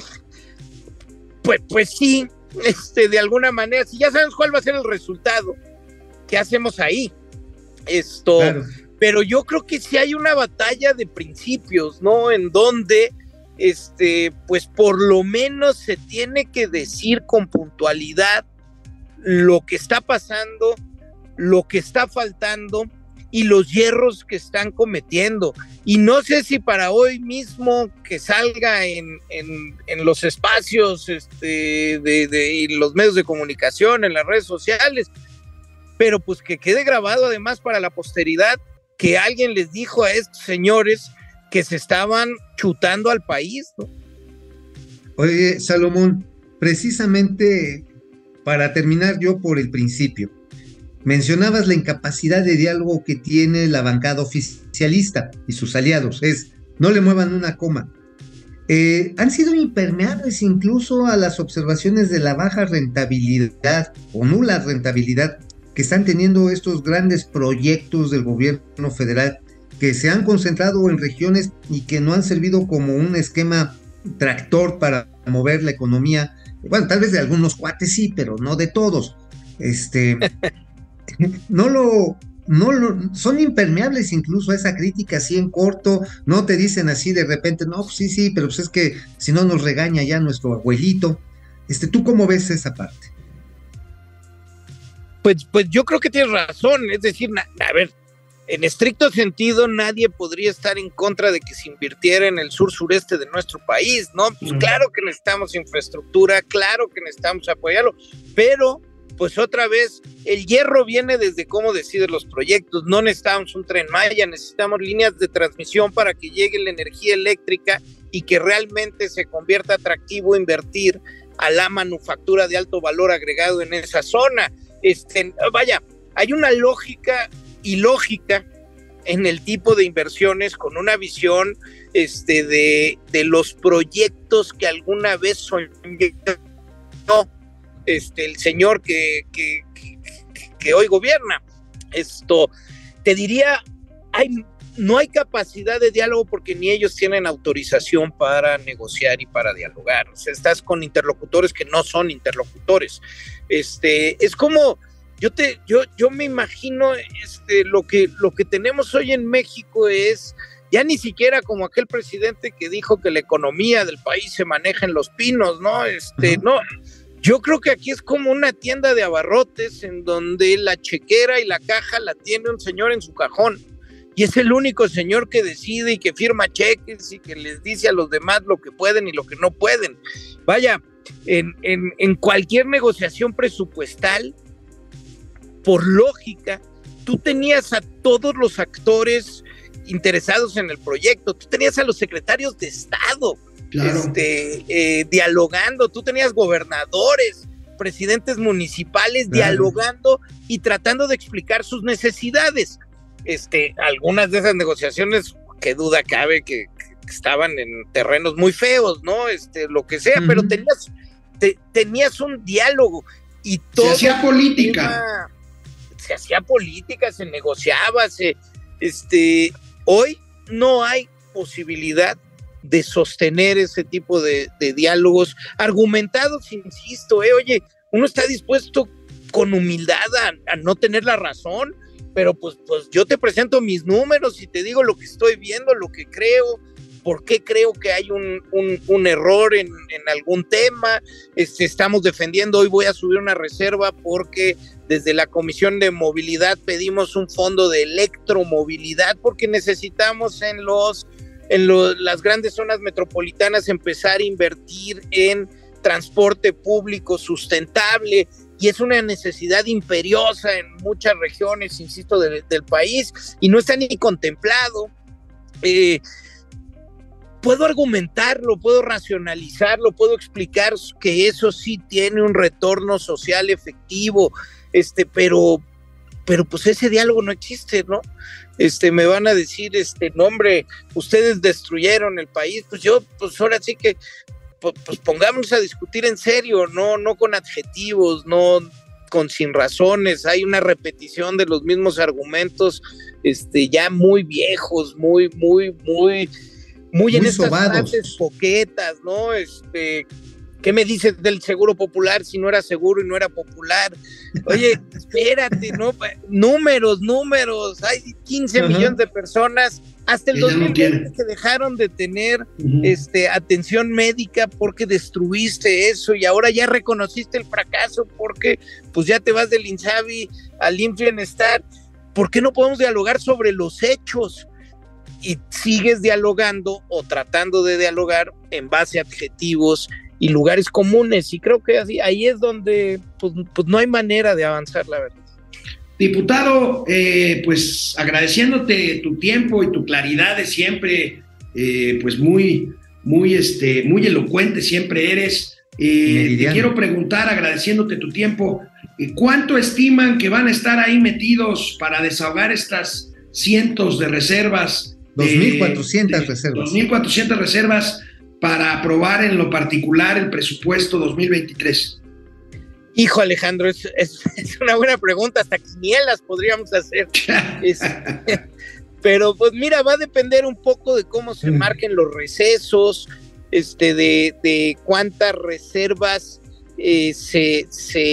pues, pues sí, este, de alguna manera, si ya sabemos cuál va a ser el resultado, ¿qué hacemos ahí? Esto, claro. Pero yo creo que sí hay una batalla de principios, ¿no? En donde, este, pues por lo menos se tiene que decir con puntualidad lo que está pasando, lo que está faltando y los hierros que están cometiendo. Y no sé si para hoy mismo que salga en, en, en los espacios este, de, de en los medios de comunicación, en las redes sociales, pero pues que quede grabado además para la posteridad que alguien les dijo a estos señores que se estaban chutando al país, ¿no? Oye, Salomón, precisamente para terminar yo por el principio, mencionabas la incapacidad de diálogo que tiene la bancada oficialista y sus aliados, es no le muevan una coma. Eh, han sido impermeables incluso a las observaciones de la baja rentabilidad o nula rentabilidad que están teniendo estos grandes proyectos del gobierno federal que se han concentrado en regiones y que no han servido como un esquema tractor para mover la economía. Bueno, tal vez de algunos cuates sí, pero no de todos. Este, no lo, no lo, son impermeables incluso a esa crítica así en corto, no te dicen así de repente, no, pues sí, sí, pero pues es que si no nos regaña ya nuestro abuelito. Este, ¿tú cómo ves esa parte? Pues, pues yo creo que tienes razón, es decir, na, a ver, en estricto sentido nadie podría estar en contra de que se invirtiera en el sur sureste de nuestro país, ¿no? Pues uh-huh. claro que necesitamos infraestructura, claro que necesitamos apoyarlo, pero pues otra vez el hierro viene desde cómo deciden los proyectos. No necesitamos un Tren Maya, necesitamos líneas de transmisión para que llegue la energía eléctrica y que realmente se convierta atractivo invertir a la manufactura de alto valor agregado en esa zona. Este, vaya, hay una lógica ilógica en el tipo de inversiones con una visión este, de, de los proyectos que alguna vez soñó este, el señor que, que, que, que hoy gobierna. Esto, te diría, hay, no hay capacidad de diálogo porque ni ellos tienen autorización para negociar y para dialogar. O sea, estás con interlocutores que no son interlocutores. Este, es como, yo te, yo, yo me imagino, este, lo que, lo que tenemos hoy en México es ya ni siquiera como aquel presidente que dijo que la economía del país se maneja en Los Pinos, ¿no? Este, uh-huh. no, yo creo que aquí es como una tienda de abarrotes en donde la chequera y la caja la tiene un señor en su cajón y es el único señor que decide y que firma cheques y que les dice a los demás lo que pueden y lo que no pueden. Vaya, en, en, en cualquier negociación presupuestal, por lógica, tú tenías a todos los actores interesados en el proyecto, tú tenías a los secretarios de Estado, claro. este, eh, dialogando, tú tenías gobernadores, presidentes municipales, claro. dialogando y tratando de explicar sus necesidades. Este, algunas de esas negociaciones, qué duda cabe que, porque estaban en terrenos muy feos, ¿no? Este, lo que sea, uh-huh. pero tenías, te, tenías un diálogo y todo. Se hacía política. Tema, se hacía política, se negociaba, se, este, hoy no hay posibilidad de sostener ese tipo de, de diálogos argumentados, insisto, eh, oye, uno está dispuesto con humildad a, a no tener la razón, pero pues, pues yo te presento mis números y te digo lo que estoy viendo, lo que creo, por qué creo que hay un, un, un error en, en algún tema. Este, estamos defendiendo, hoy voy a subir una reserva porque desde la Comisión de Movilidad pedimos un fondo de electromovilidad porque necesitamos en los en lo, las grandes zonas metropolitanas empezar a invertir en transporte público sustentable, y es una necesidad imperiosa en muchas regiones, insisto, de, del país, y no está ni contemplado. Eh, puedo argumentarlo, puedo racionalizarlo, puedo explicar que eso sí tiene un retorno social efectivo, este, pero, pero pues ese diálogo no existe, ¿no? Este, me van a decir, este, no hombre, ustedes destruyeron el país, pues yo, pues ahora sí que, pues, pues pongámonos a discutir en serio, no, no con adjetivos, no con sin razones. Hay una repetición de los mismos argumentos, este, ya muy viejos, muy, muy, muy, muy, muy en estas frases coquetas, ¿no? Este, ¿qué me dices del seguro popular si no era seguro y no era popular? Oye, espérate, ¿no? Números, números, hay quince uh-huh. millones de personas, hasta el dos mil veinte no que dejaron de tener uh-huh. este, atención médica porque destruiste eso, y ahora ya reconociste el fracaso porque pues ya te vas del INSABI al I M S S Bienestar. ¿Por qué no podemos dialogar sobre los hechos? Y sigues dialogando o tratando de dialogar en base a adjetivos y lugares comunes, y creo que así, ahí es donde pues, pues no hay manera de avanzar, la verdad. Diputado, eh, pues agradeciéndote tu tiempo y tu claridad de siempre, eh, pues muy, muy, este, muy elocuente siempre eres. Eh, te quiero preguntar, agradeciéndote tu tiempo, ¿cuánto estiman que van a estar ahí metidos para desahogar estas cientos de reservas? dos mil cuatrocientas reservas. dos mil cuatrocientas reservas para aprobar en lo particular el presupuesto dos mil veintitrés? Hijo, Alejandro, es, es, es una buena pregunta, hasta quinielas podríamos hacer. es, pero pues mira, va a depender un poco de cómo se marquen los recesos, este, de, de cuántas reservas eh, se,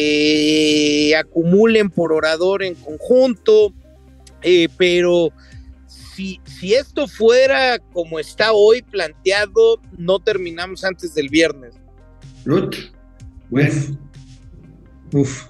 se acumulen por orador en conjunto, eh, pero si, si esto fuera como está hoy planteado, no terminamos antes del viernes. Ruth, bueno. Uf.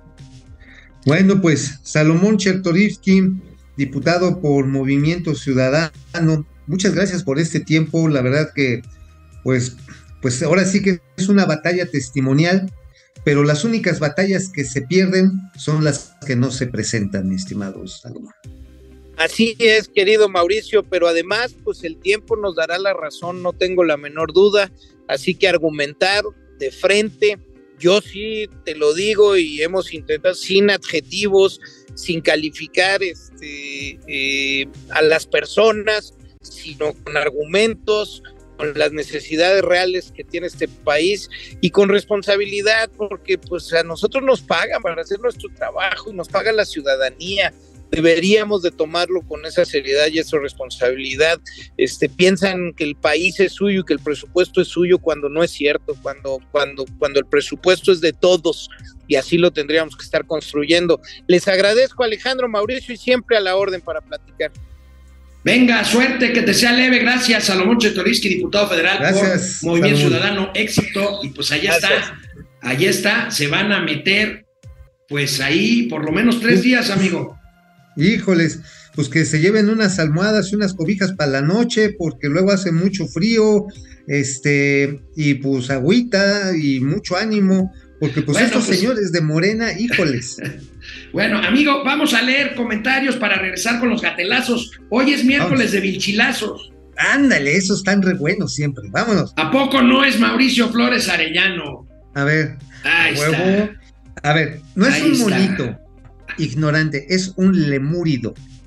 Bueno, pues Salomón Chertorivsky, diputado por Movimiento Ciudadano, muchas gracias por este tiempo. La verdad que pues, pues ahora sí que es una batalla testimonial, pero las únicas batallas que se pierden son las que no se presentan, mi estimado Salomón. Así es, querido Mauricio, pero además pues el tiempo nos dará la razón, no tengo la menor duda, así que argumentar de frente. Yo sí te lo digo y hemos intentado sin adjetivos, sin calificar este, eh, a las personas, sino con argumentos, con las necesidades reales que tiene este país y con responsabilidad, porque pues a nosotros nos pagan para hacer nuestro trabajo y nos paga la ciudadanía. Deberíamos de tomarlo con esa seriedad y esa responsabilidad. Este, piensan que el país es suyo y que el presupuesto es suyo cuando no es cierto, cuando, cuando, cuando el presupuesto es de todos, y así lo tendríamos que estar construyendo. Les agradezco, Alejandro, Mauricio, y siempre a la orden para platicar. Venga, suerte, que te sea leve. Gracias, Salomón Chertorivsky, diputado federal. Gracias, por Movimiento Salomón. Ciudadano, éxito, y pues allá Gracias. está, allá está, se van a meter pues ahí por lo menos tres días, amigo. Híjoles, pues que se lleven unas almohadas y unas cobijas para la noche, porque luego hace mucho frío, este, y pues agüita y mucho ánimo, porque pues bueno, estos pues, señores de Morena, híjoles. Bueno, amigo, vamos a leer comentarios para regresar con los gatelazos. Hoy es miércoles vamos. de vilchilazos. Ándale, esos están re buenos siempre, vámonos. ¿A poco no es Mauricio Flores Arellano? A ver, Ahí huevo. Está. A ver, no es Ahí un está. monito ignorante, es un lemúrido.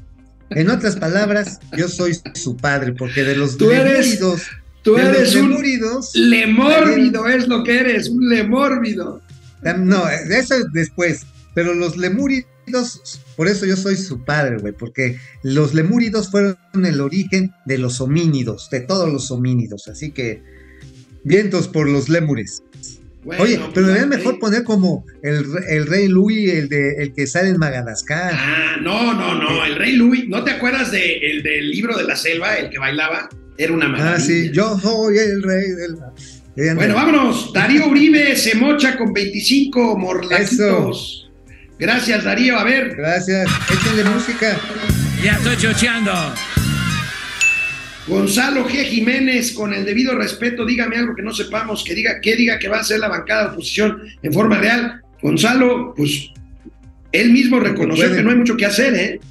En otras palabras, yo soy su padre, porque de los tú eres, lemúridos... Tú de eres los un lemúridos, lemórbido, es lo que eres, un lemórbido. No, eso es después, pero los lemúridos, por eso yo soy su padre, güey, porque los lemúridos fueron el origen de los homínidos, de todos los homínidos, así que vientos por los lémures. Bueno, oye, pero deberían mejor eh. poner como el, el rey Louis, el de el que sale en Madagascar. Ah, no, no, no, el rey Louis, ¿no te acuerdas de, el del libro de la selva, el que bailaba? Era una maravilla. Ah, sí, yo soy el rey del... Bueno, vámonos. Darío Uribe se mocha con veinticinco morlaquitos. Eso. Gracias, Darío. A ver. Gracias. Échenle música. Ya estoy chocheando. Gonzalo G. Jiménez, con el debido respeto, dígame algo que no sepamos, que diga, que diga que va a ser la bancada de oposición en forma real. Gonzalo, pues, él mismo reconoció que no hay mucho que hacer, ¿eh?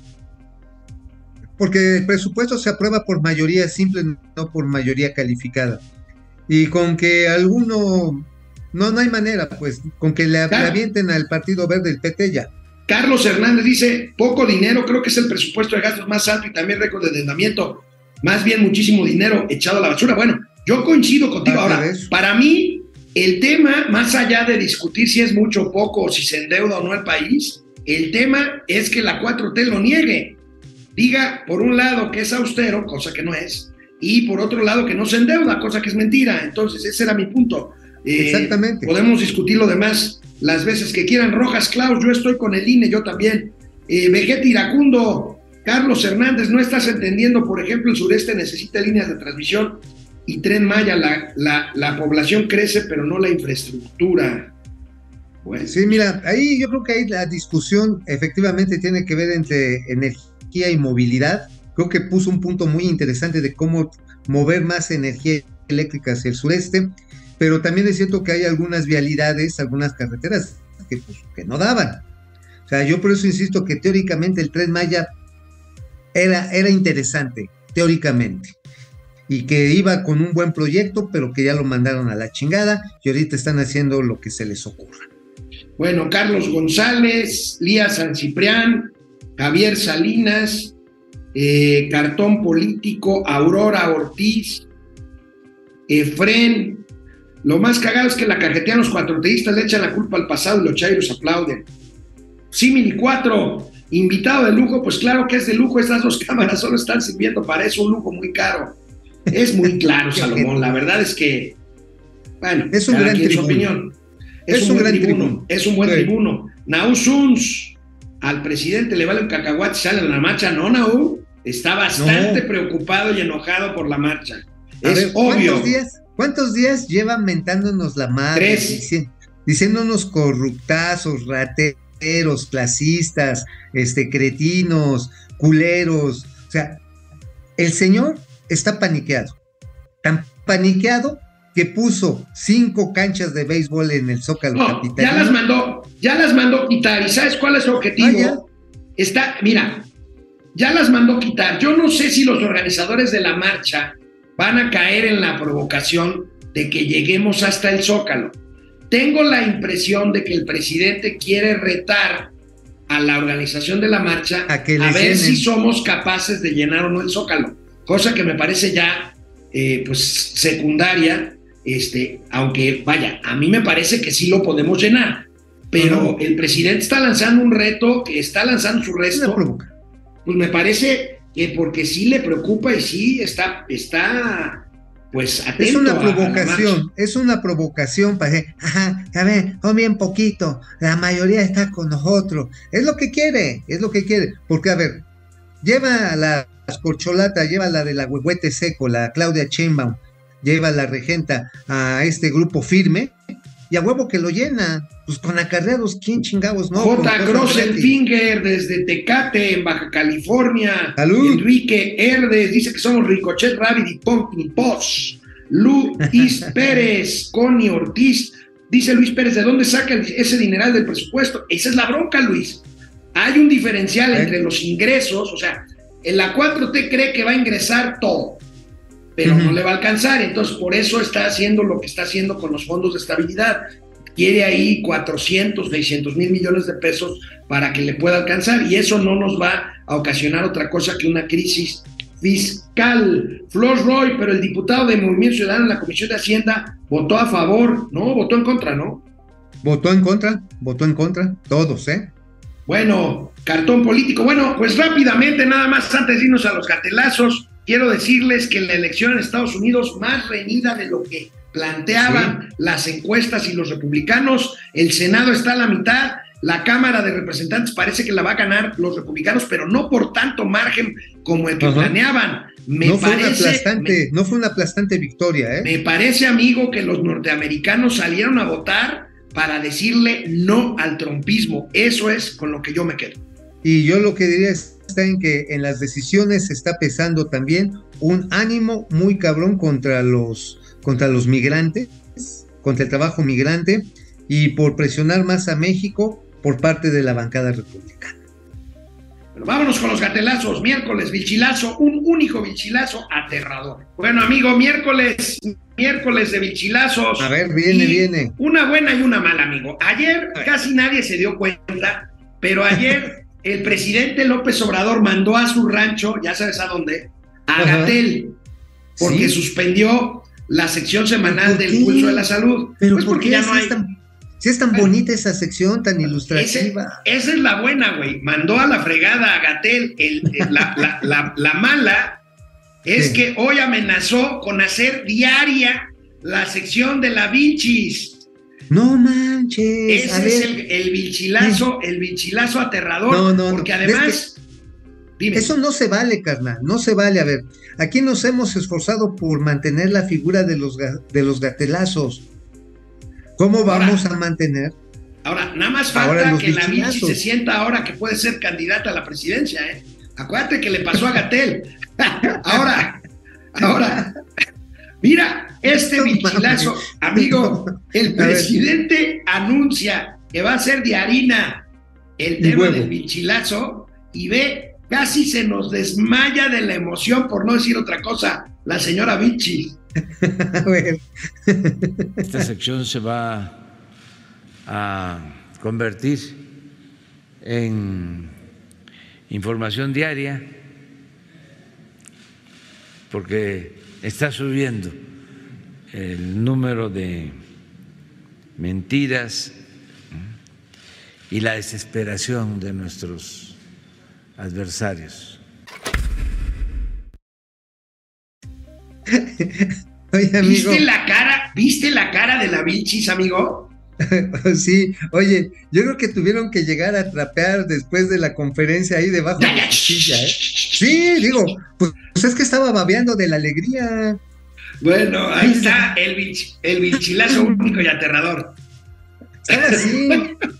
Porque el presupuesto se aprueba por mayoría simple, no por mayoría calificada. Y con que alguno, no, no hay manera, pues, con que le, claro. le avienten al Partido Verde el P T ya. Carlos Hernández dice, poco dinero, creo que es el presupuesto de gastos más alto y también récord de endeudamiento. Más bien muchísimo dinero echado a la basura. Bueno, yo coincido contigo. Ahora, para mí, el tema, más allá de discutir si es mucho o poco, o si se endeuda o no el país, el tema es que la cuatro T lo niegue. Diga, por un lado, que es austero, cosa que no es, y por otro lado, que no se endeuda, cosa que es mentira. Entonces, ese era mi punto. Eh, Exactamente. Podemos discutir lo demás las veces que quieran. Rojas Klaus, yo estoy con el I N E, yo también. Eh, Vegeta Iracundo, Carlos Hernández, no estás entendiendo, por ejemplo, el sureste necesita líneas de transmisión y Tren Maya, la, la, la población crece, pero no la infraestructura. Bueno. Sí, mira, ahí yo creo que ahí la discusión efectivamente tiene que ver entre energía y movilidad. Creo que puso un punto muy interesante de cómo mover más energía eléctrica hacia el sureste, pero también es cierto que hay algunas vialidades, algunas carreteras que, pues, que no daban. O sea, yo por eso insisto que teóricamente el Tren Maya Era, era interesante, teóricamente, y que iba con un buen proyecto, pero que ya lo mandaron a la chingada, y ahorita están haciendo lo que se les ocurra. Bueno, Carlos González, Lía San Ciprián, Javier Salinas, eh, Cartón Político, Aurora Ortiz, Efren. Lo más cagado es que la cajetean los cuatroteístas, le echan la culpa al pasado y los chairos aplauden. Simili cuatro. Invitado de lujo, pues claro que es de lujo, estas dos cámaras solo están sirviendo para eso, un lujo muy caro. Es muy claro, Salomón, la verdad es que, bueno, es un gran tribuno. Opinión. Es, es un, un buen gran tribuno, tribuno, es un buen sí. tribuno. Naú Suns, al presidente le vale un cacahuate, sale en la marcha, no, Naú, está bastante no. preocupado y enojado por la marcha. A es ver, obvio. ¿cuántos días, ¿Cuántos días llevan mentándonos la madre? Tres. Dici- diciéndonos corruptazos, rateros, clasistas, este, cretinos, culeros. O sea, el señor está paniqueado, tan paniqueado que puso cinco canchas de béisbol en el Zócalo no, capitalino. Ya las mandó, ya las mandó quitar. ¿Y sabes cuál es su objetivo? Ah, está, mira, ya las mandó quitar. Yo no sé si los organizadores de la marcha van a caer en la provocación de que lleguemos hasta el Zócalo. Tengo la impresión de que el presidente quiere retar a la organización de la marcha a, que a ver llenen. si somos capaces de llenar o no el Zócalo, cosa que me parece ya eh, pues secundaria, este, aunque vaya, a mí me parece que sí lo podemos llenar, pero uh-huh. el presidente está lanzando un reto, que está lanzando su reto, pues me parece que porque sí le preocupa y sí está, está pues atento. Es una provocación, es una provocación para decir, ajá, a ver, o bien poquito, la mayoría está con nosotros. Es lo que quiere, es lo que quiere. Porque, a ver, lleva la corcholata, lleva la de la huehuete seco, la Claudia Sheinbaum, lleva la regenta a este grupo firme, y a huevo que lo llena, pues con acarreados, ¿quién chingados no? J. Grossenfinger desde Tecate, en Baja California. ¡Salud! Enrique Herdes dice que somos Ricochet, Rabbit y Pumpkin Posh. Luis Pérez, Connie Ortiz, dice Luis Pérez, ¿de dónde saca ese dineral del presupuesto? Esa es la bronca, Luis. Hay un diferencial ¿Eh? entre los ingresos, o sea, en la cuatro T cree que va a ingresar todo, pero uh-huh. no le va a alcanzar, entonces por eso está haciendo lo que está haciendo con los fondos de estabilidad. quiere ahí cuatrocientos, seiscientos mil millones de pesos para que le pueda alcanzar, y eso no nos va a ocasionar otra cosa que una crisis fiscal. Flor Roy, pero el diputado de Movimiento Ciudadano en la Comisión de Hacienda votó a favor, ¿no? Votó en contra, ¿no? Votó en contra, votó en contra, todos, ¿eh? Bueno, cartón político. Bueno, pues rápidamente, nada más antes de irnos a los gatelazos, quiero decirles que la elección en Estados Unidos, más reñida de lo que planteaban sí. las encuestas y los republicanos, el Senado está a la mitad, la Cámara de Representantes parece que la va a ganar los republicanos, pero no por tanto margen como el que Ajá. planeaban. Me no, fue parece, una aplastante, me, no fue una aplastante victoria, ¿eh? Me parece, amigo, que los norteamericanos salieron a votar para decirle no al trumpismo. Eso es con lo que yo me quedo. Y yo lo que diría está en que en las decisiones está pesando también un ánimo muy cabrón contra los, contra los migrantes, contra el trabajo migrante, y por presionar más a México por parte de la bancada republicana. Pero vámonos con los gatelazos. Miércoles, vilchilazo, un único vilchilazo aterrador. Bueno, amigo, miércoles, miércoles de vilchilazos. A ver, viene, viene. Una buena y una mala, amigo. Ayer casi nadie se dio cuenta, pero ayer el presidente López Obrador mandó a su rancho, ya sabes a dónde, a Ajá. Gatell, porque ¿Sí? suspendió la sección semanal del qué? Pulso de la Salud. Pero pues ¿por porque qué ya no hay... tan, si es tan bonita esa sección, tan ilustrativa? Ese, esa es la buena, güey. Mandó a la fregada a Gatell. El, el, la, la, la, la mala es sí. que hoy amenazó con hacer diaria la sección de la Vilchis. No manches. Ese a es ver. el, el vilchilazo, el vilchilazo aterrador. No, no, porque no. además... Dime. Eso no se vale, carnal, no se vale. A ver, aquí nos hemos esforzado por mantener la figura de los, de los gatelazos. ¿Cómo vamos ahora, a mantener? Ahora, nada más falta que la Vilchi se sienta ahora que puede ser candidata a la presidencia, ¿eh? Acuérdate que le pasó a Gatell. ahora, ahora, mira, este vilchilazo, amigo, el presidente anuncia que va a ser de harina el tema huevo. del vilchilazo y ve, casi se nos desmaya de la emoción, por no decir otra cosa, la señora Vilchi. Esta sección se va a convertir en información diaria porque está subiendo el número de mentiras y la desesperación de nuestros adversarios. Oye, amigo. ¿Viste la cara? ¿Viste la cara de la Vilchis, amigo? Sí, oye, yo creo que tuvieron que llegar a trapear después de la conferencia ahí debajo de la silla, ¿eh? Sí, digo, pues, pues es que estaba babeando de la alegría. Bueno, ahí está el, vilch, el vilchilazo único y aterrador. Estaba así.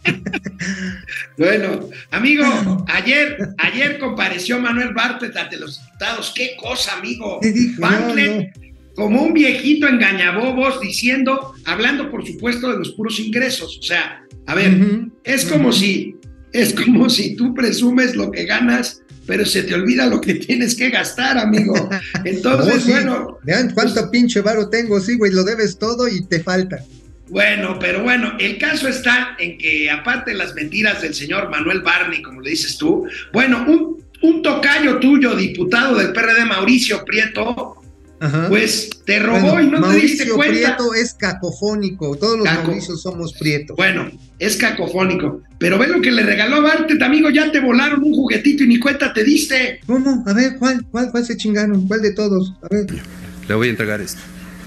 Bueno, amigo, ayer, ayer compareció Manuel Bartlett ante los diputados. ¿Qué cosa, amigo? Bartlett, no, no. como un viejito engañabobos, diciendo, hablando por supuesto de los puros ingresos. O sea, a ver, uh-huh, es como uh-huh. si, es como si tú presumes lo que ganas, pero se te olvida lo que tienes que gastar, amigo. Entonces, oh, sí. bueno. Vean cuánto pues, pinche varo tengo, sí, güey, lo debes todo y te falta. Bueno, pero bueno, el caso está en que, aparte de las mentiras del señor Manuel Barney, como le dices tú, bueno, un, un tocayo tuyo, diputado del P R D, Mauricio Prieto, Ajá. pues te robó bueno, y no Mauricio te diste cuenta. Mauricio Prieto es cacofónico, todos los Caco. Mauricios somos Prietos. Bueno, es cacofónico, pero ve lo que le regaló a Bartlett, amigo, ya te volaron un juguetito y ni cuenta te diste. ¿Cómo? A ver, ¿cuál, cuál, cuál se chingaron? ¿Cuál de todos? A ver. Le voy a entregar esto.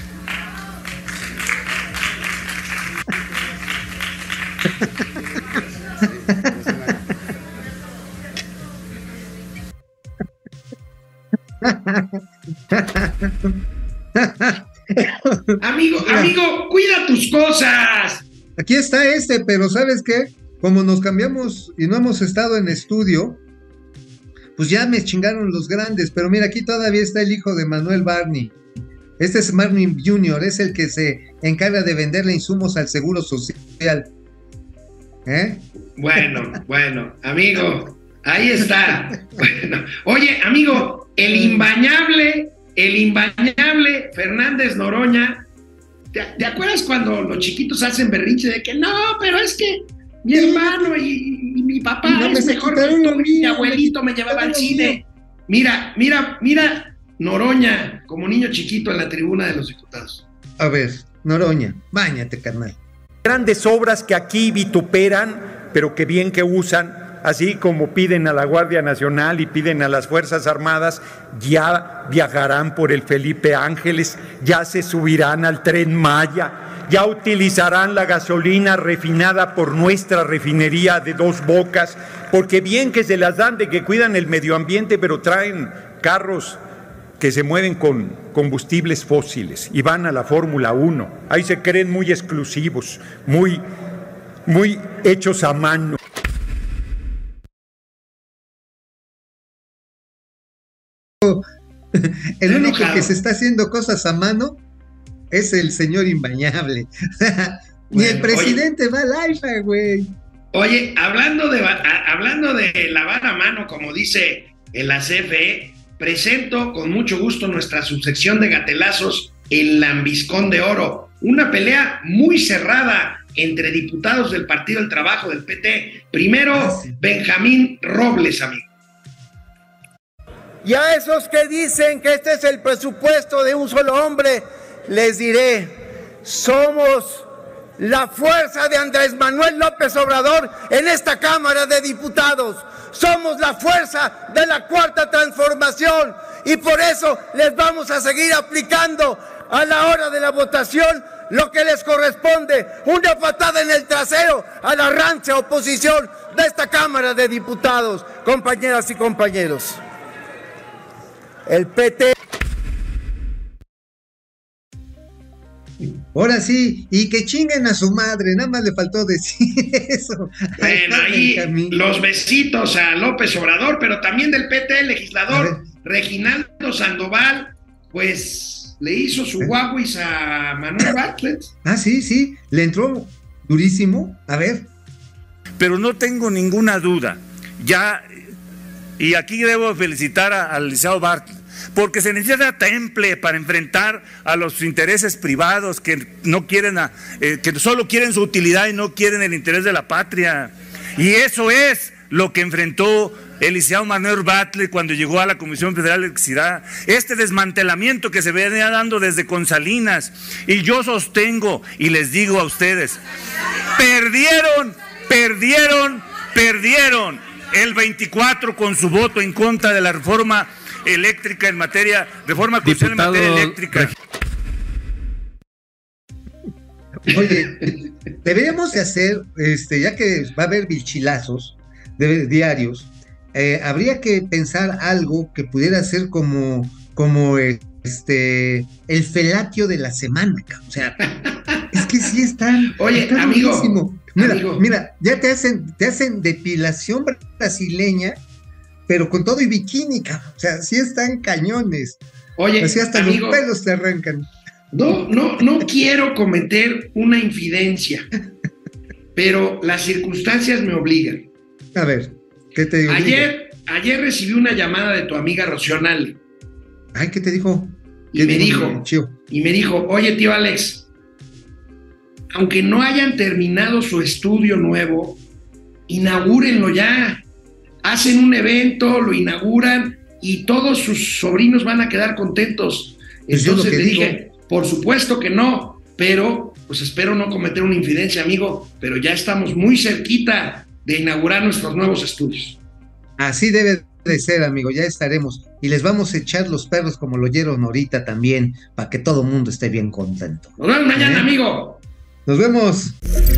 Amigo, amigo, cuida tus cosas. Aquí está este, pero ¿sabes qué? Como nos cambiamos y no hemos estado en estudio, pues ya me chingaron los grandes, pero mira, aquí todavía está el hijo de Manuel Barney. Este es Barney junior, es el que se encarga de venderle insumos al Seguro Social. ¿Eh? Bueno, bueno, amigo, ahí está. Bueno, oye, amigo, el imbañable, el imbañable Fernández Noroña ¿te, ¿te acuerdas cuando los chiquitos hacen berrinche de que no, pero es que mi hermano y, y mi papá no, es mejor que tú, mi abuelito me llevaba al cine? Mira, mira, mira, Noroña, como niño chiquito en la tribuna de los diputados. A ver, Noroña, báñate, carnal. Grandes obras que aquí vituperan, pero que bien que usan, así como piden a la Guardia Nacional y piden a las Fuerzas Armadas, ya viajarán por el Felipe Ángeles, ya se subirán al Tren Maya, ya utilizarán la gasolina refinada por nuestra refinería de Dos Bocas, porque bien que se las dan de que cuidan el medio ambiente, pero traen carros que se mueven con combustibles fósiles y van a la Fórmula uno. Ahí se creen muy exclusivos, muy, muy hechos a mano. El único que se está haciendo cosas a mano es el señor Imbañable. Ni bueno, el presidente oye, va al AIFA, güey. Oye, hablando de, a, hablando de lavar a mano, como dice en la C F E, presento con mucho gusto nuestra subsección de gatelazos, el Lambiscón de Oro. Una pelea muy cerrada entre diputados del Partido del Trabajo del P T. Primero, ah, sí. Benjamín Robles, amigo. Y a esos que dicen que este es el presupuesto de un solo hombre, les diré, somos la fuerza de Andrés Manuel López Obrador en esta Cámara de Diputados. Somos la fuerza de la Cuarta Transformación y por eso les vamos a seguir aplicando a la hora de la votación lo que les corresponde, una patada en el trasero a la rancha oposición de esta Cámara de Diputados, compañeras y compañeros. El P T... Ahora sí, y que chinguen a su madre, nada más le faltó decir eso. Bueno, ahí los besitos a López Obrador, pero también del P T, el legislador Reginaldo Sandoval, pues le hizo su guaguis a Manuel Bartlett. Ah, sí, sí, le entró durísimo, a ver. Pero no tengo ninguna duda, ya, y aquí debo felicitar a, al licenciado Bartlett, porque se necesita temple para enfrentar a los intereses privados que no quieren, a, eh, que solo quieren su utilidad y no quieren el interés de la patria. Y eso es lo que enfrentó el licenciado Manuel Bartlett cuando llegó a la Comisión Federal de Electricidad. Este desmantelamiento que se venía dando desde Consalinas. Y yo sostengo y les digo a ustedes, perdieron, perdieron, perdieron el veinticuatro con su voto en contra de la reforma eléctrica en materia, reforma constitucional en materia eléctrica. Oye, deberíamos de hacer, este, ya que va a haber bichilazos de, diarios, eh, habría que pensar algo que pudiera ser como, como este, el felatio de la semana, o sea, es que sí están. Oye, está amigo, buenísimo. Mira, amigo. mira, ya te hacen, te hacen depilación brasileña, pero con todo y bikini, cabrón. O sea, sí están cañones. Oye, así hasta amigo, los pelos te arrancan. No, no, no quiero cometer una infidencia, pero las circunstancias me obligan. A ver, ¿qué te digo? Ayer, ayer recibí una llamada de tu amiga Rocío Nale. Ay, ¿qué te dijo? Y me dijo, y me dijo, oye, tío Alex, aunque no hayan terminado su estudio nuevo, inaugurenlo ya. Hacen un evento, lo inauguran y todos sus sobrinos van a quedar contentos. Entonces le dije, por supuesto que no, pero pues espero no cometer una infidencia, amigo, pero ya estamos muy cerquita de inaugurar nuestros nuevos estudios. Así debe de ser, amigo, ya estaremos. Y les vamos a echar los perros como lo oyeron ahorita también, para que todo el mundo esté bien contento. Nos vemos mañana, ¿Eh? amigo. Nos vemos.